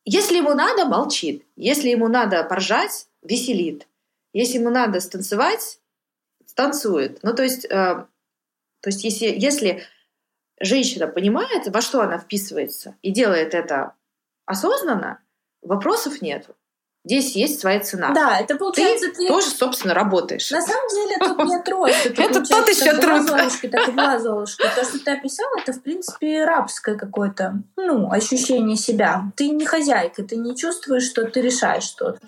если ему надо, молчит. Если ему надо поржать, веселит. Если ему надо станцевать, станцует. Ну, то есть, э, то есть если, если женщина понимает, во что она вписывается, и делает это осознанно, вопросов нету. Здесь есть своя цена. Да, это получается... Ты, ты тоже, собственно, работаешь. На самом деле тут нет роста. Это тот еще труд. Золушки, так и была Золушка. То, что ты описала, это, в принципе, рабское какое-то, ну, ощущение себя. Ты не хозяйка, ты не чувствуешь, что ты решаешь что-то.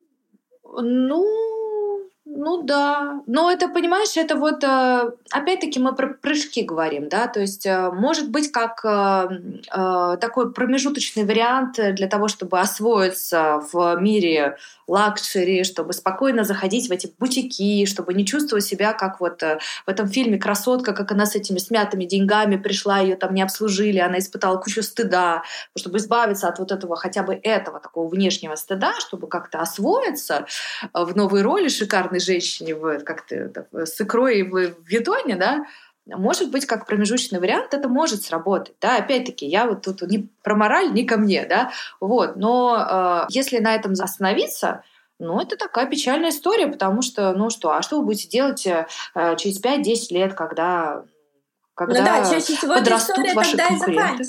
Ну, ну да. Но это, понимаешь, это вот, опять-таки, мы про прыжки говорим, да, то есть может быть как такой промежуточный вариант для того, чтобы освоиться в мире лакшери, чтобы спокойно заходить в эти бутики, чтобы не чувствовать себя, как вот в этом фильме «Красотка», как она с этими смятыми деньгами пришла, ее там не обслужили, она испытала кучу стыда, чтобы избавиться от вот этого, хотя бы этого такого внешнего стыда, чтобы как-то освоиться в новой роли шикарной женщине, в, как-то, с икрой в Вьетоне, да, может быть, как промежуточный вариант, это может сработать. Да? Опять-таки, я вот тут не про мораль, не ко мне, да? Вот. Но э, если на этом остановиться, ну, это такая печальная история, потому что, ну что, а что вы будете делать э, через пять-десять лет, когда... Когда ну да, чаще всего подрастут ваши конкуренты.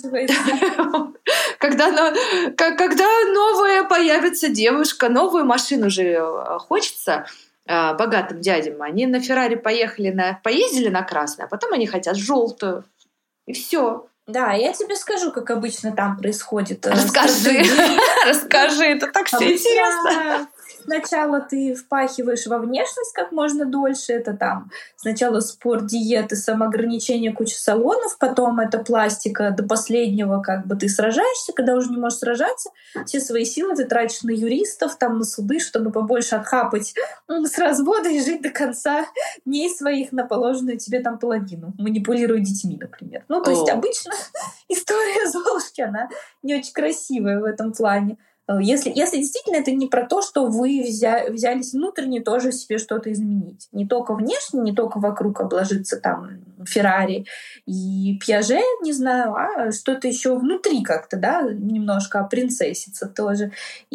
Когда, когда новая появится девушка, новую машину же хочется богатым дядям. Они на Феррари поехали, на, поездили на красное, а потом они хотят желтую. И все. Да, я тебе скажу, как обычно там происходит. Расскажи, расскажи, это так все интересно. Сначала ты впахиваешь во внешность как можно дольше. Это там сначала спорт, диеты, самоограничение, куча салонов. Потом это пластика до последнего, как бы ты сражаешься. Когда уже не можешь сражаться, все свои силы ты тратишь на юристов, там, на суды, чтобы побольше отхапать с развода и жить до конца дней своих на положенную тебе там половину. Манипулируя детьми, например. Ну, то есть обычно история Золушки, она не очень красивая в этом плане. Если, если действительно это не про то, что вы взя, взялись внутренне тоже себе что-то изменить. Не только внешне, не только вокруг обложиться там Феррари и Пьаже, не знаю, а что-то еще внутри как-то, да, немножко принцессица тоже.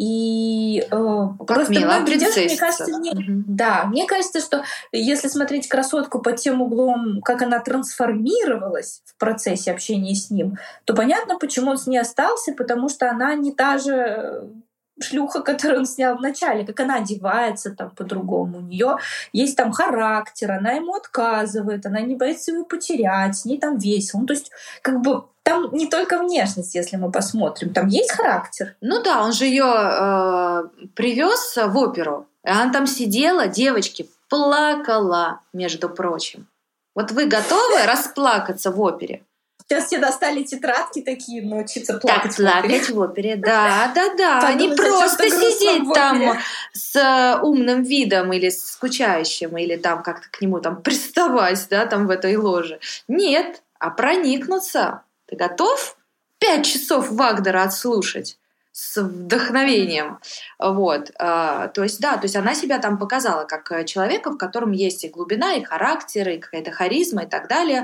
И э, как просто мило, принцессица. Мне кажется, мне, угу. Да, мне кажется, что если смотреть «Красотку» под тем углом, как она трансформировалась в процессе общения с ним, то понятно, почему он с ней остался, потому что она не та же шлюха, которую он снял в начале, как она одевается там по-другому. У нее есть там характер, она ему отказывает, она не боится его потерять, с ней там весело. Ну, то есть, как бы там не только внешность, если мы посмотрим, там есть характер. Ну да, он же ее э, привез в оперу, и она там сидела, девочки, плакала, между прочим. Вот вы готовы расплакаться в опере? Сейчас все достали тетрадки такие, научиться плакать. Так, плакать в опере, да, да, да. А не просто сидеть там с умным видом или с скучающим, или там как-то к нему там приставать, да, там в этой ложе. Нет, а проникнуться. Ты готов пять часов Вагнера отслушать с вдохновением? Вот. То есть, да, то есть она себя там показала как человека, в котором есть и глубина, и характер, и какая-то харизма и так далее.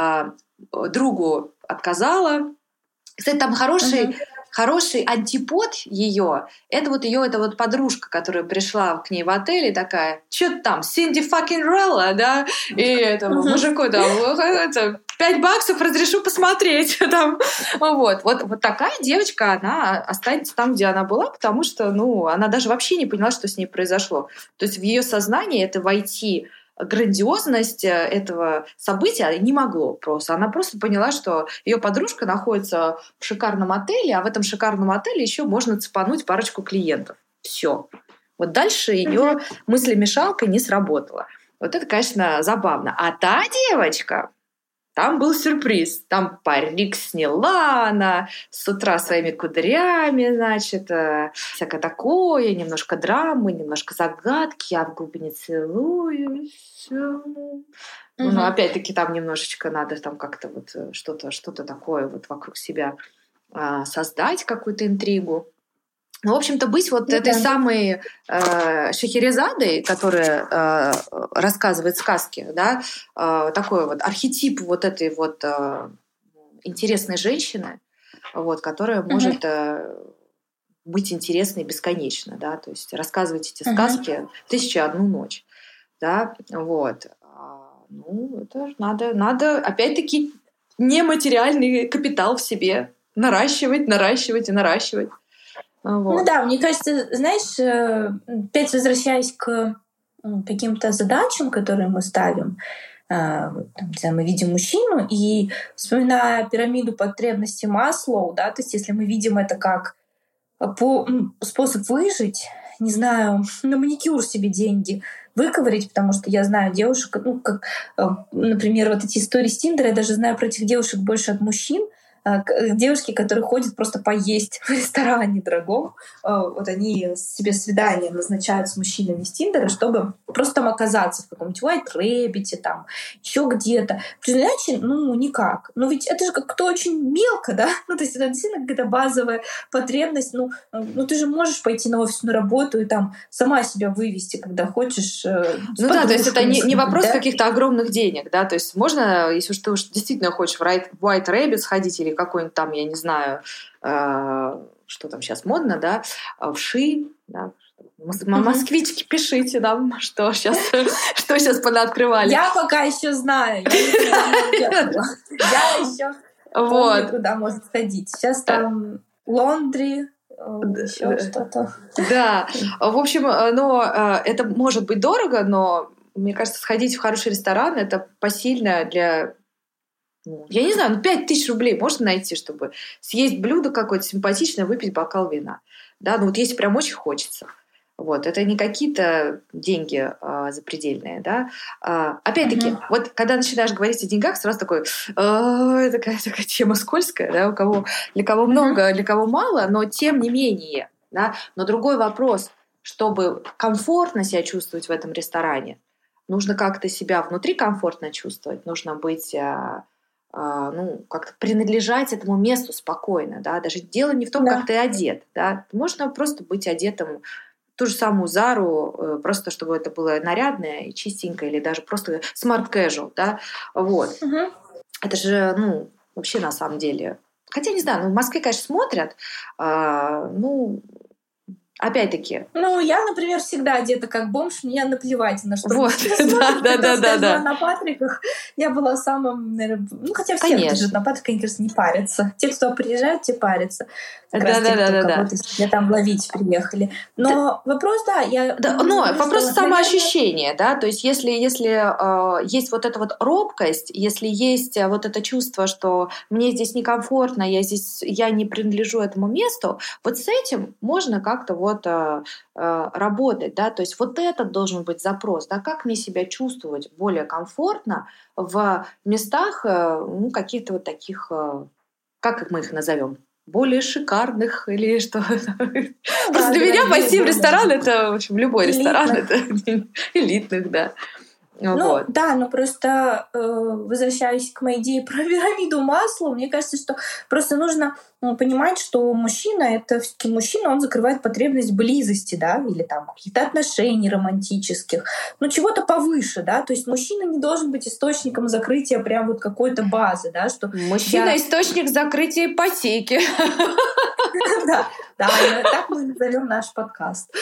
Другу отказала. Кстати, там хороший, uh-huh. хороший антипод ее. Это вот ее, это вот подружка, которая пришла к ней в отель и такая, что там, Синди fucking Релла, да? И этому uh-huh. мужику там, это, пять баксов разрешу посмотреть. Там. Вот. Вот, вот такая девочка, она останется там, где она была, потому что, ну, она даже вообще не поняла, что с ней произошло. То есть в ее сознание это войти грандиозность этого события не могло просто. Она просто поняла, что ее подружка находится в шикарном отеле, а в этом шикарном отеле еще можно цепануть парочку клиентов. Все. Вот дальше ее mm-hmm. мыслемешалка не сработала. Вот это, конечно, забавно. А та девочка, там был сюрприз. Там парик сняла она с утра своими кудрями, значит, э, всякое такое, немножко драмы, немножко загадки, я в губы не целую. Угу. Ну, опять-таки, там немножечко надо там как-то вот что-то, что-то такое вот вокруг себя э, создать, какую-то интригу. Ну, в общем-то, быть вот ну, этой да. самой э, Шахерезадой, которая э, рассказывает сказки, да, э, такой вот архетип вот этой вот э, интересной женщины, вот, которая может э, быть интересной бесконечно, да, то есть рассказывать эти Мгм. сказки «Тысяча и одну ночь», да, вот. А, Ну, это ж надо, надо, опять-таки, нематериальный капитал в себе наращивать, наращивать и наращивать. А, Ну Вот. да, мне кажется, знаешь, э, опять возвращаясь к м, каким-то задачам, которые мы ставим, а, вот там, не знаю, мы видим мужчину и вспоминая пирамиду потребностей Маслоу, да, то есть если мы видим это как а, по, м, способ выжить, не знаю, на маникюр себе деньги выковырить, потому что я знаю девушек, ну, как, э, например, вот эти истории с Тиндера, я даже знаю про этих девушек больше от мужчин, а, к- э, девушки, которые ходят просто поесть в ресторане дорогом, а, вот они себе свидания назначают с мужчинами с Тиндера, чтобы просто там оказаться в каком-нибудь White Rabbit, там, еще где-то. Потому что иначе, ну, никак. Но ведь это же как-то очень мелко, да? Ну, то есть это действительно какая-то базовая потребность. Ну, э, ну, ты же можешь пойти на офисную работу и там сама себя вывести, когда хочешь, э, с Ну да, то есть это подружками не, не сходить, вопрос да? каких-то огромных денег, да, то есть можно, если уж ты уж действительно хочешь в White White Rabbit сходить или какой-нибудь там, я не знаю, э, что там сейчас модно, да, э, в Ши, да, Мос- м- Мгм. москвички, пишите нам, что сейчас, что сейчас понаоткрывали. Я пока еще знаю, я никуда не уехала. Я еще помню, Вот. куда можно сходить. Сейчас Э, там лондри, еще д- что-то. Да, в общем, э, но э, это может быть дорого, но мне кажется, сходить в хороший ресторан это посильно для, ну, я не знаю, ну пять тысяч рублей можно найти, чтобы съесть блюдо какое-то симпатичное, выпить бокал вина. Да, ну вот если прям очень хочется. Вот, это не какие-то деньги а, запредельные, да. А, опять-таки, Мгм. вот когда начинаешь говорить о деньгах, сразу такой, «А, такая, такая тема скользкая, да, у кого, для кого Мгм. много, для кого мало, но тем не менее, да. Но другой вопрос, чтобы комфортно себя чувствовать в этом ресторане, нужно как-то себя внутри комфортно чувствовать, нужно быть а, а, ну, как-то принадлежать этому месту спокойно, да, даже дело не в том, как Да. ты одет, да, можно просто быть одетым в ту же самую Зару, э, просто чтобы это было нарядное и чистенькое, или даже просто smart casual, да, вот. Мгм. Это же, ну, вообще на самом деле, хотя не знаю, ну, в Москве, конечно, смотрят, а, ну, опять-таки, Ну, я, например, всегда одета как бомж, мне наплевать, на что вот, мужчина да, смотрит. да, Как да, раз да, я жила да, на Патриках, я была самым, наверное, ну, хотя все, кто живет конечно, на Патриках, они, кажется, не парятся. Те, кто приезжают, те парятся. Как да, раз да, те, да, кто да, да. кого-то себе там ловить приехали. Но вопрос, да, я Да, м, но говорю, вопрос что, наверное, самоощущения, да, то есть если, если э, есть вот эта вот робкость, если есть э, вот это чувство, что мне здесь некомфортно, я здесь, я не принадлежу этому месту, вот с этим можно как-то вот э, э, работать, да, то есть вот этот должен быть запрос, да, как мне себя чувствовать более комфортно в местах, э, ну, каких-то вот таких, э, как мы их назовем? Более шикарных или что? ну Просто да, для меня давай бо- пойти в ресторан более это, в общем, любой ресторан элитных. это элитных, да. Ну Вот. да, но просто э, возвращаясь к моей идее про пирамиду масла, мне кажется, что просто нужно ну, понимать, что мужчина это все-таки мужчина, он закрывает потребность близости, да, или там каких-то отношений романтических, ну чего-то повыше, да, то есть мужчина не должен быть источником закрытия прям вот какой-то базы, да, что Мужчина я источник закрытия ипотеки. да, да, ну, так мы назовем наш подкаст.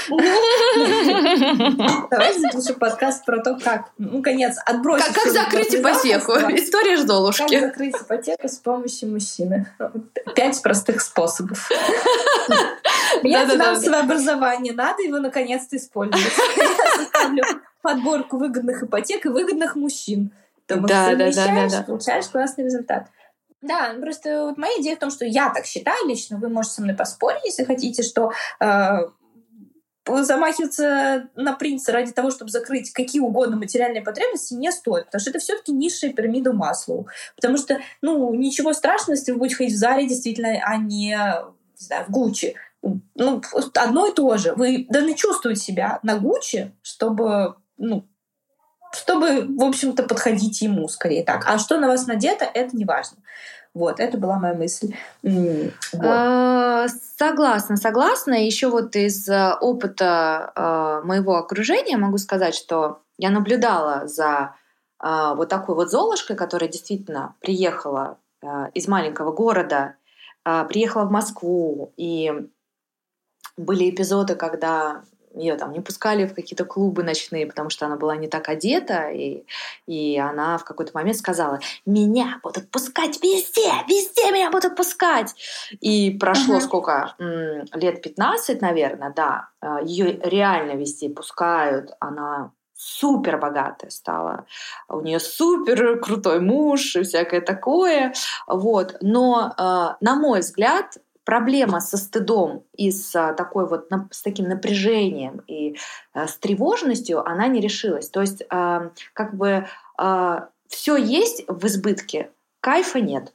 Давайте запишем подкаст про то, как, ну, конец, отбросить Как, как все закрыть ипотеку? доказательства. История Как Золушки. закрыть ипотеку с помощью мужчины? Пять простых способов. У меня Да-да-да. финансовое образование, надо его наконец-то использовать. Я составлю подборку выгодных ипотек и выгодных мужчин. Там их совмещаешь, Да-да-да-да-да. получаешь классный результат. Да, ну просто вот моя идея в том, что я так считаю лично, вы можете со мной поспорить, если хотите, что э, замахиваться на принца ради того, чтобы закрыть какие угодно материальные потребности, не стоит, потому что это все-таки низшая пирамида Маслоу. Потому что, ну, ничего страшного, если вы будете ходить в зале действительно, а не, не знаю, в Гуччи. Ну, одно и то же. Вы должны чувствовать себя на Гуччи, чтобы, ну, чтобы, в общем-то, подходить ему, скорее так. А что на вас надето, это не важно. Вот, это была моя мысль. М, Вот. А, Согласна, согласна. Еще вот из э, опыта э, моего окружения могу сказать, что я наблюдала за э, вот такой вот Золушкой, которая действительно приехала э, из маленького города, э, приехала в Москву и были эпизоды, когда ее там не пускали в какие-то клубы ночные, потому что она была не так одета, и, и она в какой-то момент сказала: «Меня будут пускать везде, везде меня будут пускать!» И прошло Мгм. сколько? М, Лет пятнадцать, наверное, да. Ее реально везде пускают, она супер богатая стала, у нее супер крутой муж и всякое такое. Вот. Но, э, на мой взгляд, проблема со стыдом и с а, такой вот нап- с таким напряжением и а, с тревожностью, она не решилась. То есть а, как бы все есть в избытке, кайфа нет.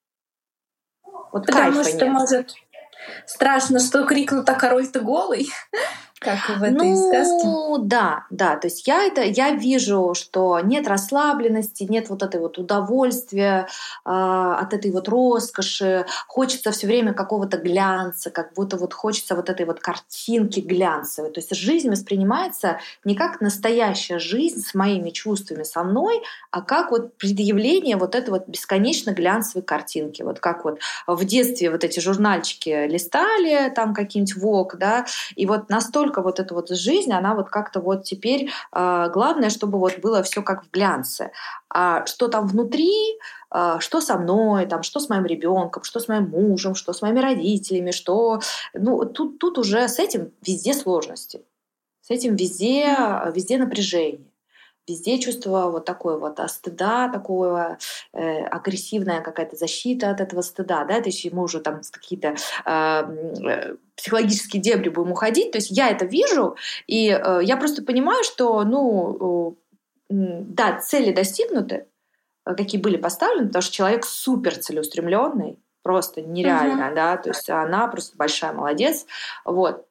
Вот Потому кайфа что, нет. может, страшно, что крикнут, а король-то голый, как в этой сказке. Ну, да, да. То есть я это, я вижу, что нет расслабленности, нет вот этой вот удовольствия а, от этой вот роскоши. Хочется все время какого-то глянца, как будто вот хочется вот этой вот картинки глянцевой. То есть жизнь воспринимается не как настоящая жизнь с моими чувствами со мной, а как вот предъявление вот этой вот бесконечно глянцевой картинки. Вот как вот в детстве вот эти журнальчики листали, там какие-нибудь Vogue, да, и вот настолько вот эта вот жизнь, она вот как-то вот теперь э, главное, чтобы вот было все как в глянце. А что там внутри, э, что со мной, там, что с моим ребенком, что с моим мужем, что с моими родителями, что... Ну, тут, тут уже с этим везде сложности. С этим везде, везде напряжение. Везде чувство вот такое вот а, стыда, такое э, агрессивная какая-то защита от этого стыда, да, то есть мы уже там в какие-то э, психологические дебри будем уходить, то есть я это вижу, и э, я просто понимаю, что, ну, э, да, цели достигнуты, какие были поставлены, потому что человек супер целеустремленный, просто нереально, Мгм. да, то есть она просто большая молодец, вот,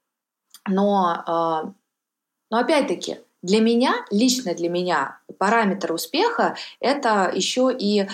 но, э, но опять-таки для меня, лично для меня, параметр успеха — это еще и э,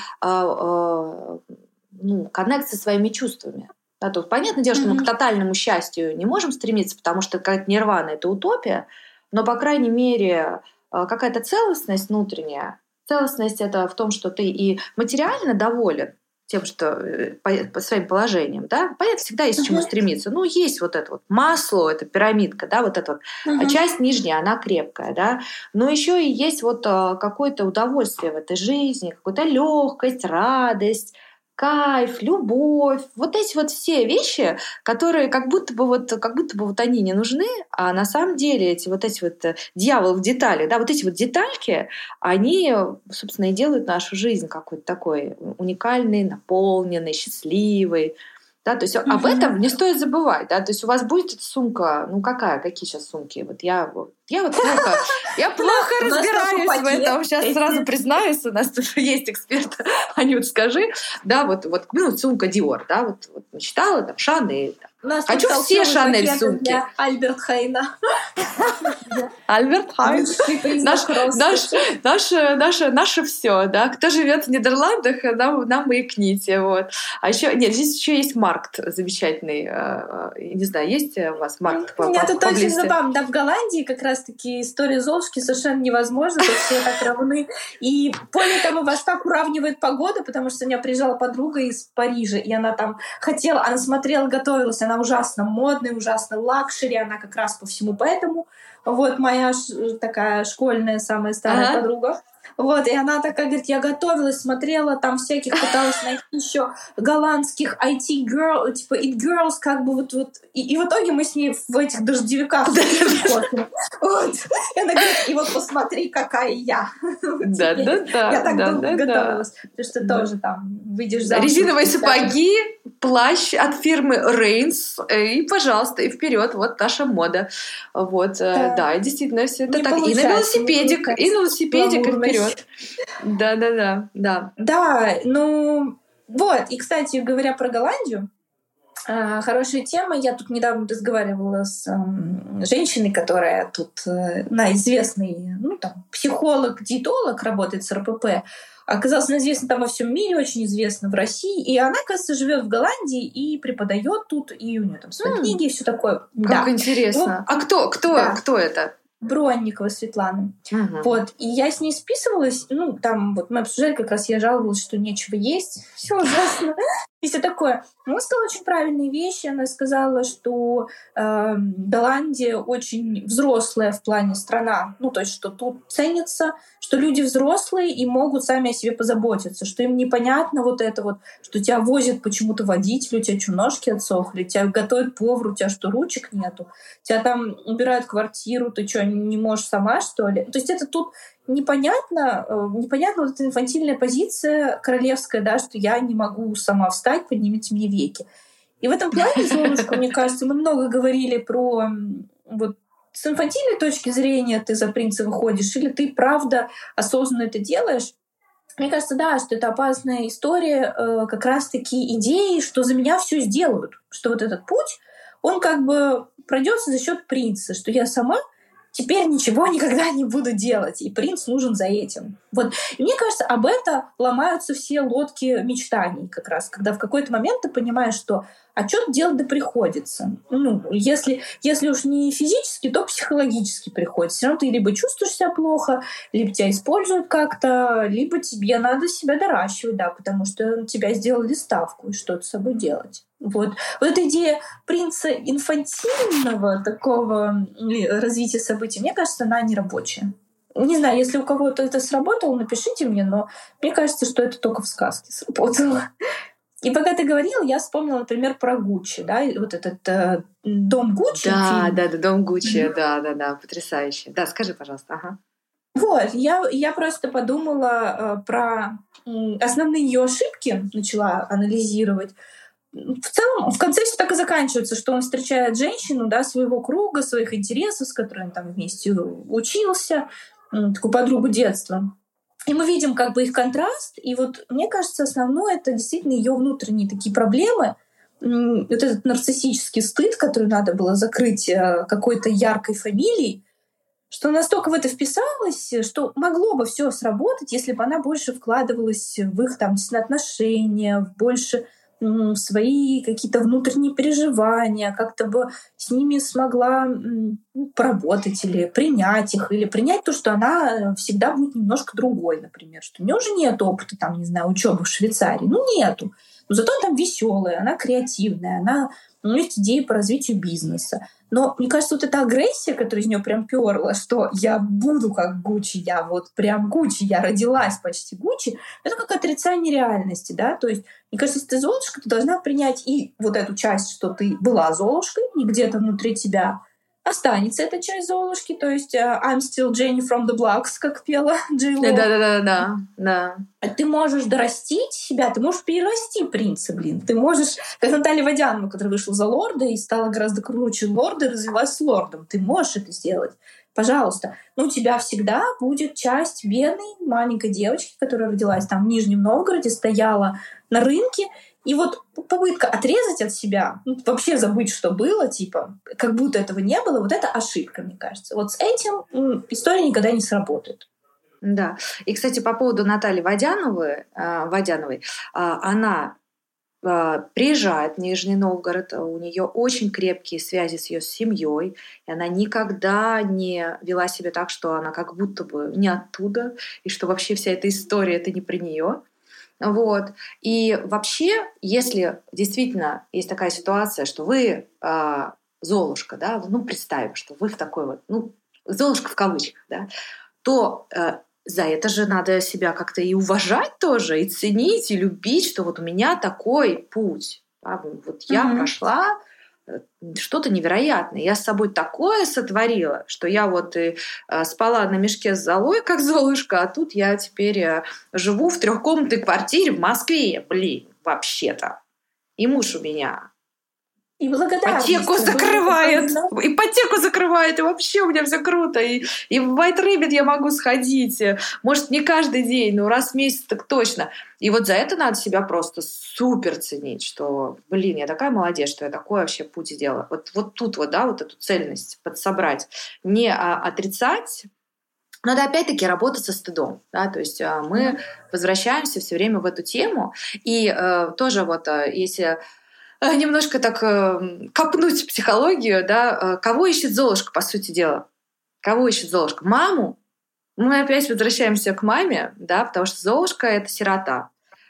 э, ну, коннект со своими чувствами. Да, тут понятное дело, что мы к Мгм. тотальному счастью не можем стремиться, потому что какая-то нирвана — это утопия, но, по крайней мере, э, какая-то целостность внутренняя. Целостность — это в том, что ты и материально доволен тем, что э, по, по своим положением, да, понятно, всегда есть к чему Мгм. стремиться. Ну, есть вот это вот масло, это пирамидка, да, вот это вот, а Мгм. часть нижняя, она крепкая, да, но еще и есть вот а, какое-то удовольствие в этой жизни, какая-то легкость, радость, кайф, любовь, вот эти вот все вещи, которые как будто бы вот, как будто бы вот они не нужны, а на самом деле эти вот эти вот э, дьявол в деталях, да, вот эти вот детальки, они, собственно, и делают нашу жизнь какой-то такой уникальной, наполненной, счастливой. Да, то есть об Мгм. этом не стоит забывать, да, то есть у вас будет эта сумка, ну какая, какие сейчас сумки, вот я вот, я вот плохо, я плохо У нас только разбираюсь в пакет этом, сейчас сразу эти. признаюсь, у нас тоже есть эксперт, Анют, скажи, да, вот, вот, ну, сумка Dior, да, вот, вот мечтала, там, Шанель, там. У нас тут Хочу все толстовые Шанель пакеты сумки. для Альберт Хайна. Альберт Хайн. Высший Наш, признак наш, роскоши. наше, наше, наше все, да. Кто живет в Нидерландах, нам, нам маякните, вот. А еще, нет, здесь еще есть Маркт замечательный. э, э, Не знаю, есть у вас Маркт по- Меня по- тут очень поблизости? забавно. Да, в Голландии как раз-таки история Золушки совершенно невозможна, тут все так равны. И более того, вас так уравнивает погода, потому что у меня приезжала подруга из Парижа, и она там хотела, она смотрела, готовилась, она ужасно модная, ужасно лакшери, она как раз по всему поэтому. Вот моя ш- такая школьная самая старая Ага. подруга. Вот, и она такая говорит, я готовилась, смотрела, там всяких пыталась найти еще голландских ай ти-girl, типа it girls, как бы вот, вот. И, и в итоге мы с ней в этих дождевиках сидим, кофе. Вот. И она говорит, и вот посмотри, какая я. Да, Теперь. да, да, Я так да, долго да, да. готовилась, потому что Да. тоже там выйдешь замуж. Резиновые вот спустя. сапоги, плащ от фирмы Рейнс, и, пожалуйста, и вперед, вот наша мода. Вот, э, Да. да, и действительно все это Не так. И на получается, не велосипедик, и получается. на велосипедик, и Гламурной. вперед. Да, да, да, да. Да, ну вот. И, кстати, говоря про Голландию, а, хорошая тема. Я тут недавно разговаривала с эм, женщиной, которая тут э, на известный, ну там, психолог, диетолог, работает с эр пэ пэ. Оказалась она известна там во всем мире, очень известна в России. И она, кажется, живет в Голландии и преподает тут, и у нее там свои М, книги и все такое. Как Да. интересно. А кто, кто, Да. кто это? Бронникова Светлана. Мгм. Вот. И я с ней списывалась. Ну, там вот мы обсуждали, как раз я жаловалась, что нечего есть. Все ужасно. И все такое. Она сказала очень правильные вещи. Она сказала, что э, Голландия очень взрослая в плане страна. Ну, то есть, что тут ценится, что люди взрослые и могут сами о себе позаботиться, что им непонятно вот это вот, что тебя возят почему-то водитель, у тебя что, ножки отсохли, тебя готовят повар, у тебя что, ручек нету, тебя там убирают квартиру, ты что, не можешь сама, что ли? То есть это тут непонятно, непонятно вот эта инфантильная позиция королевская, да, что я не могу сама встать, поднимите мне веки. И в этом плане, Золушка, мне кажется, мы много говорили про вот с инфантильной точки зрения ты за принца выходишь, или ты правда осознанно это делаешь. Мне кажется, да, что это опасная история, э, как раз-таки идеи, что за меня все сделают, что вот этот путь, он как бы пройдется за счет принца, что я сама теперь ничего никогда не буду делать, и принц нужен за этим. Вот. И мне кажется, об этом ломаются все лодки мечтаний как раз, когда в какой-то момент ты понимаешь, что а что делать да приходится. Ну, если, если уж не физически, то психологически приходится. Все равно ты либо чувствуешь себя плохо, либо тебя используют как-то, либо тебе надо себя доращивать, да, потому что тебя сделали ставку, и что-то с собой делать. Вот. Вот эта идея принца инфантильного такого развития событий, мне кажется, она не рабочая. Не знаю, если у кого-то это сработало, напишите мне, но мне кажется, что это только в сказке сработало. И пока ты говорила, я вспомнила, например, про Гуччи, да, вот этот э, дом Гуччи. Да, фильм. да, да, дом Гуччи, mm-hmm. да, да, да, потрясающе. Да, скажи, пожалуйста, ага. Вот, я, я просто подумала э, про э, основные ее ошибки, начала анализировать. В целом, в конце все так и заканчивается, что он встречает женщину, да, своего круга, своих интересов, с которой он там вместе учился, такую подругу детства. И мы видим как бы их контраст. И вот мне кажется, основное — это действительно ее внутренние такие проблемы. Вот этот нарциссический стыд, который надо было закрыть какой-то яркой фамилией, что настолько в это вписалась, что могло бы все сработать, если бы она больше вкладывалась в их там отношения, в больше свои какие-то внутренние переживания, как-то бы с ними смогла поработать или принять их, или принять то, что она всегда будет немножко другой, например, что у нее уже нет опыта, там, не знаю, учебы в Швейцарии, ну нету, но зато она там веселая, она креативная, она у нее есть идеи по развитию бизнеса. Но мне кажется, вот эта агрессия, которая из нее прям перла, что я буду как Гуччи, я вот прям Гуччи, я родилась почти Гуччи, это как отрицание реальности, да, то есть мне кажется, если ты Золушка, ты должна принять и вот эту часть, что ты была Золушкой, и где-то внутри тебя останется эта часть Золушки, то есть uh, I'm still Jenny from the Blocks, как пела Джей Ло. Да-да-да. да. Ты можешь дорастить себя, ты можешь перерасти принца, блин. Ты можешь, как Наталья Водянова, которая вышла за лорда и стала гораздо круче лорда и развилась с лордом. Ты можешь это сделать. Пожалуйста. Но у тебя всегда будет часть бедной маленькой девочки, которая родилась там в Нижнем Новгороде, стояла на рынке. И вот попытка отрезать от себя, ну, вообще забыть, что было, типа, как будто этого не было, вот это ошибка, мне кажется. Вот с этим м, история никогда не сработает. Да. И, кстати, по поводу Натальи Водяновой, э, Водяновой э, она э, приезжает в Нижний Новгород, у нее очень крепкие связи с ее семьей, и она никогда не вела себя так, что она как будто бы не оттуда, и что вообще вся эта история — это не про нее. Вот. И вообще, если действительно есть такая ситуация, что вы э, Золушка, да, ну, представим, что вы в такой вот, ну, Золушка в кавычках, да, то э, за это же надо себя как-то и уважать тоже, и ценить, и любить, что вот у меня такой путь. Да, вот я mm-hmm. прошла что-то невероятное. Я с собой такое сотворила, что я вот и э, спала на мешке с золой, как Золушка, а тут я теперь э, живу в трехкомнатной квартире в Москве, блин, вообще-то. И муж у меня и ипотеку закрывает, ипотеку закрывает, и вообще у меня все круто. И, и в White Rabbit я могу сходить, может, не каждый день, но раз в месяц так точно. И вот за это надо себя просто супер ценить, что, блин, я такая молодец, что я такой вообще путь сделала. Вот, вот тут вот, да, вот эту цельность подсобрать, не а, отрицать. Надо опять-таки работать со стыдом, да, то есть а, мы mm-hmm. возвращаемся все время в эту тему, и а, тоже вот а, если немножко так э, копнуть в психологию, да, э, кого ищет Золушка, по сути дела? Кого ищет Золушка? Маму? Мы опять возвращаемся к маме, да, потому что Золушка — это сирота.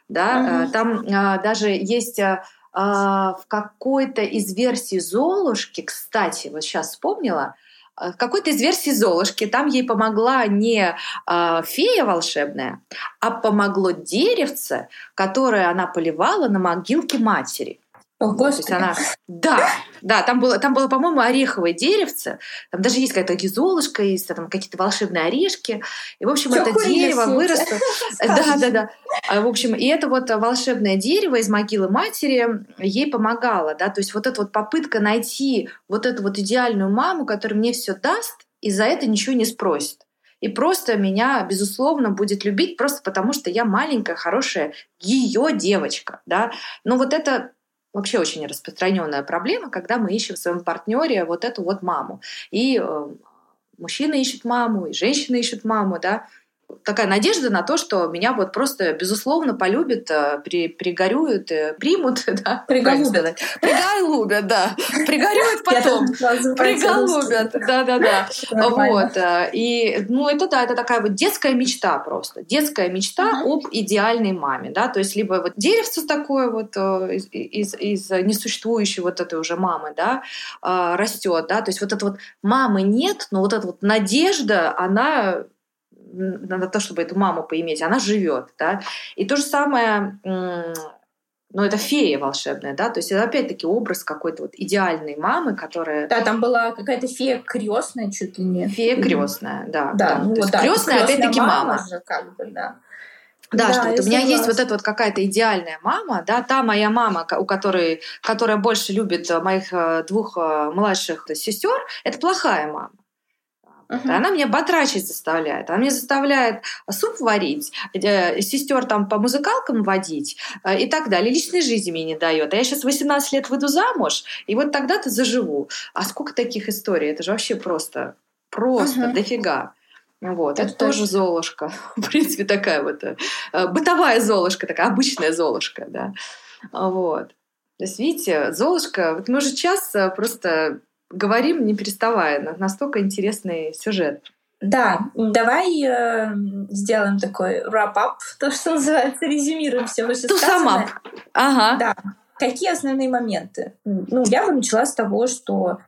Да? Мгм. Там а, даже есть а, а, в какой-то из версий Золушки, кстати, вот сейчас вспомнила, а, в какой-то из версий Золушки там ей помогла не а, фея волшебная, а помогло деревце, которое она поливала на могилке матери. О, Вот, то есть Господи. она... Да, да, там было, там было, по-моему, ореховое деревце. Там даже есть какая-то гизолушка, есть там какие-то волшебные орешки. И, в общем, Чё это курили дерево все эти выросло... Да, да, сказочки? да. А, В общем, и это вот волшебное дерево из могилы матери ей помогало, да. То есть вот эта вот попытка найти вот эту вот идеальную маму, которая мне все даст, и за это ничего не спросит. И просто меня, безусловно, будет любить просто потому, что я маленькая, хорошая ее девочка, да. Но вот это вообще очень распространенная проблема, когда мы ищем в своем партнере вот эту вот маму. И э, мужчина ищет маму, и женщина ищет маму, да. Такая надежда на то, что меня вот просто, безусловно, полюбят, э, при, пригорюют, э, примут, да, правильно Приголубят. сказать. Приголубят, да. Пригорюют Я потом. тоже называется Приголубят, русский. да-да-да. Это нормально. Вот. э, И, ну, это да, это такая вот детская мечта просто. Детская мечта Мгм. об идеальной маме, да. То есть либо вот деревце такое вот э, из, из, из несуществующей вот этой уже мамы, да, э, растет, да. То есть вот это вот мамы нет, но вот эта вот надежда, она м, на то, чтобы эту маму поиметь, она живет, да. И то же самое, м, ну, это фея волшебная, да, то есть это опять-таки образ какой-то вот идеальной мамы, которая Да, там была какая-то фея крестная чуть ли не. фея Или- крестная, да, Да, да. ну То вот есть да, это крестная крестная опять-таки мама мама. же, как бы, да. Да, что Да, вот я у меня есть вот согласна. эта вот какая-то идеальная мама, да, та моя мама, ка- у которой, которая больше любит э, моих э, двух э, младших сестер, это плохая мама. Вот. И Мгм. она меня батрачить заставляет. Она меня заставляет суп варить, э, сестер там по музыкалкам водить э, и так далее. Личной жизни мне не дает. А я сейчас восемнадцать лет выйду замуж, и вот тогда-то заживу. А сколько таких историй? Это же вообще просто, просто Мгм. дофига. Вот. Это Это тоже точно. Золушка. В принципе, такая вот э, бытовая Золушка, такая обычная Золушка, да. Вот. То есть, видите, Золушка, вот мы уже час э, просто говорим, не переставая. На- Настолько интересный сюжет. Да, давай э, сделаем такой wrap-up, то, что называется, резюмируем все To sum вышесказанное. up. Ага. Да. Какие основные моменты? Ну, я бы начала с того, что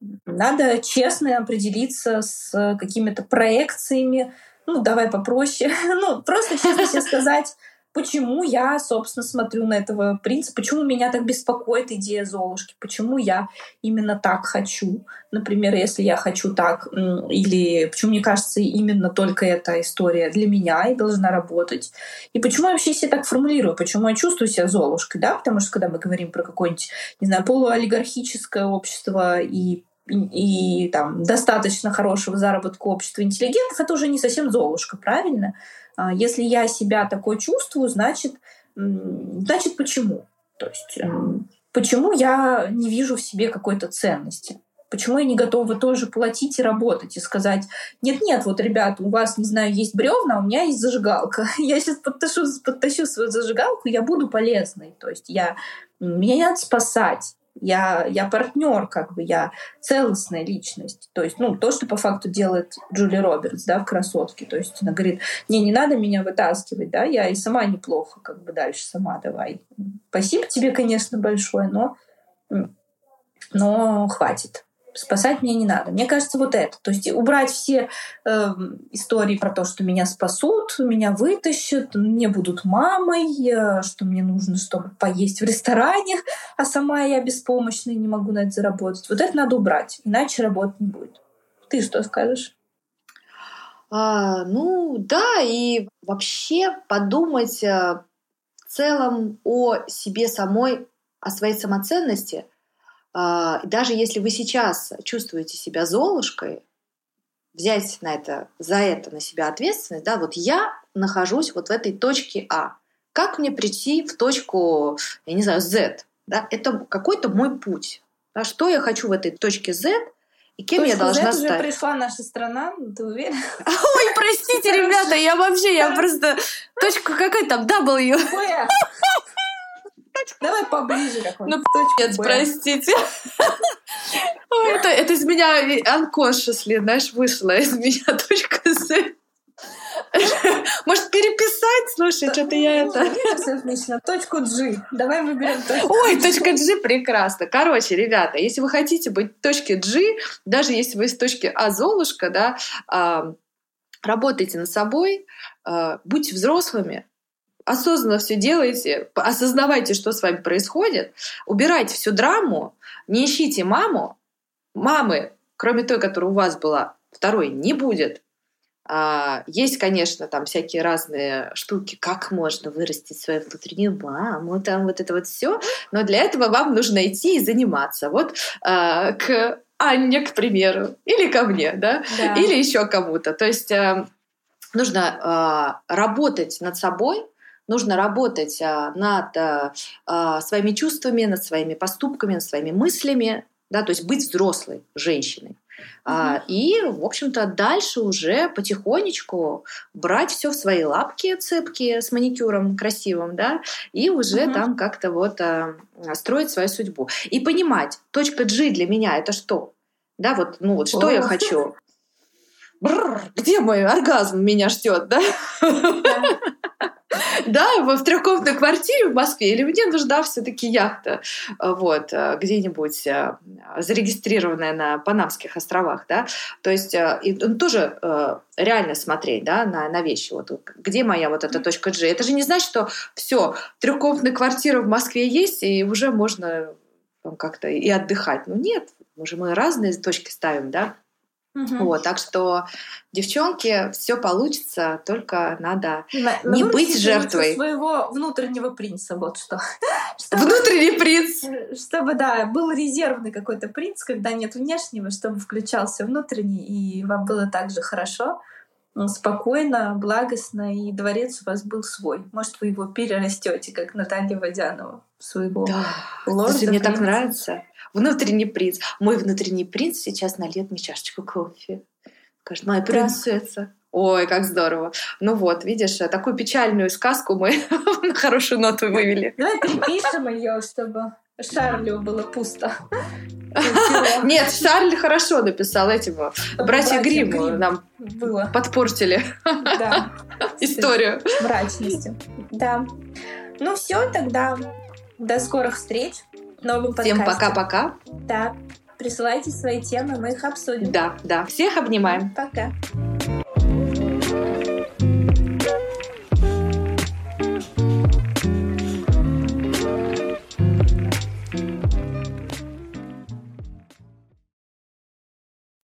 надо честно определиться с какими-то проекциями. Ну, давай попроще. Ну, просто честно себе сказать, почему я, собственно, смотрю на этого принца, почему меня так беспокоит идея Золушки, почему я именно так хочу. Например, если я хочу так, м, или почему мне кажется именно только эта история для меня и должна работать. И почему я вообще себя так формулирую, почему я чувствую себя Золушкой, да, потому что когда мы говорим про какое-нибудь, не знаю, полуолигархическое общество и и, и там достаточно хорошего заработка общества интеллигентов, это уже не совсем Золушка, правильно? А, Если я себя такой чувствую, значит, м, значит почему? То есть м, почему я не вижу в себе какой-то ценности? Почему я не готова тоже платить и работать и сказать, нет-нет, вот, ребята, у вас, не знаю, есть бревна, а у меня есть зажигалка. Я сейчас подтащу, подтащу свою зажигалку, я буду полезной. То есть я, меня не надо спасать. Я, я партнер, как бы, я целостная личность. То есть, ну, то, что по факту делает Джули Робертс, да, в «Красотке». То есть она говорит, не, не надо меня вытаскивать, да, я и сама неплохо, как бы дальше сама давай. Спасибо тебе, конечно, большое, но, но хватит. Спасать меня не надо. Мне кажется, вот это. То есть убрать все э, истории про то, что меня спасут, меня вытащат, мне будут мамой, э, что мне нужно, чтобы поесть в ресторане, а сама я беспомощная и не могу на это заработать. Вот это надо убрать, иначе работать не будет. Ты что скажешь? А, ну да, и вообще подумать э, в целом о себе самой, о своей самоценности. А, и даже если вы сейчас чувствуете себя Золушкой, взять на это, за это на себя ответственность, да, вот я нахожусь вот в этой точке А. Как мне прийти в точку, я не знаю, Z? Да? Это какой-то мой путь. Да? Что я хочу в этой точке Z и кем я Точку должна Z уже стать? пришла наша страна, ты уверен? Ой, простите, ребята, я вообще, я просто... Точку какой там? W. Б. Давай поближе какой-нибудь. Ну, Точку нет, Б. простите. Ой, это, это из меня unconsciously, знаешь, вышла из меня точка Z. Может, переписать Слушай, что-то я это... Совместно. Точку G. Давай выберем точку Ой, точка G прекрасно. Короче, ребята, если вы хотите быть в точке G, даже если вы из точки А Золушка, да, а, работайте над собой, а, будьте взрослыми, осознанно все делайте, осознавайте, что с вами происходит, убирайте всю драму, не ищите маму. Мамы, кроме той, которая у вас была, второй не будет. А, есть, конечно, там всякие разные штуки, как можно вырастить свою внутреннюю маму, там вот это вот все, но для этого вам нужно идти и заниматься. Вот а, к Анне, к примеру, или ко мне, да, Да. или еще кому-то. То есть а, нужно а, работать над собой, нужно работать а, над а, своими чувствами, над своими поступками, над своими мыслями, да, то есть быть взрослой женщиной. А, и, в общем-то, дальше уже потихонечку брать все в свои лапки цепкие с маникюром красивым, да, и уже Мгм. там как-то вот а, строить свою судьбу. И понимать, точка G для меня это что? Да, вот, ну вот что О. я хочу? Бррр, где мой оргазм меня ждет, да? Да. Да, в трехкомнатной квартире в Москве, или мне нужна все-таки яхта, вот, где-нибудь зарегистрированная на Панамских островах, да, то есть и тоже реально смотреть, да, на, на вещи, вот, где моя вот эта точка G. Это же не значит, что все, трехкомнатная квартира в Москве есть, и уже можно там, как-то и отдыхать. Ну нет, мы же мы разные точки ставим, да. Мгм. Вот, так что, девчонки, все получится, только надо На- не на быть вырастите жертвой. лучше своего внутреннего принца, вот что. Чтобы, Внутренний принц. чтобы, да, был резервный какой-то принц, когда нет внешнего, чтобы включался внутренний, и вам было так же хорошо, ну, спокойно, благостно, и дворец у вас был свой. Может, вы его перерастете, как Наталья Водянова, своего Да, лорда. слушай, мне так принца. нравится. Внутренний принц. Мой внутренний принц сейчас нальет мне чашечку кофе. Скажет, моя принцесса. Ой, как здорово. Ну вот, видишь, такую печальную сказку мы на хорошую ноту вывели. Давай перепишем ее, чтобы Шарлю было пусто. Нет, Шарль хорошо написал этим. Братья Гримм Гримм нам было. подпортили Да. историю. Мрачности. Да. Ну все, тогда до скорых встреч в новом подкасте. Всем пока-пока. Да. Присылайте свои темы, мы их обсудим. Да, да. Всех обнимаем. Пока.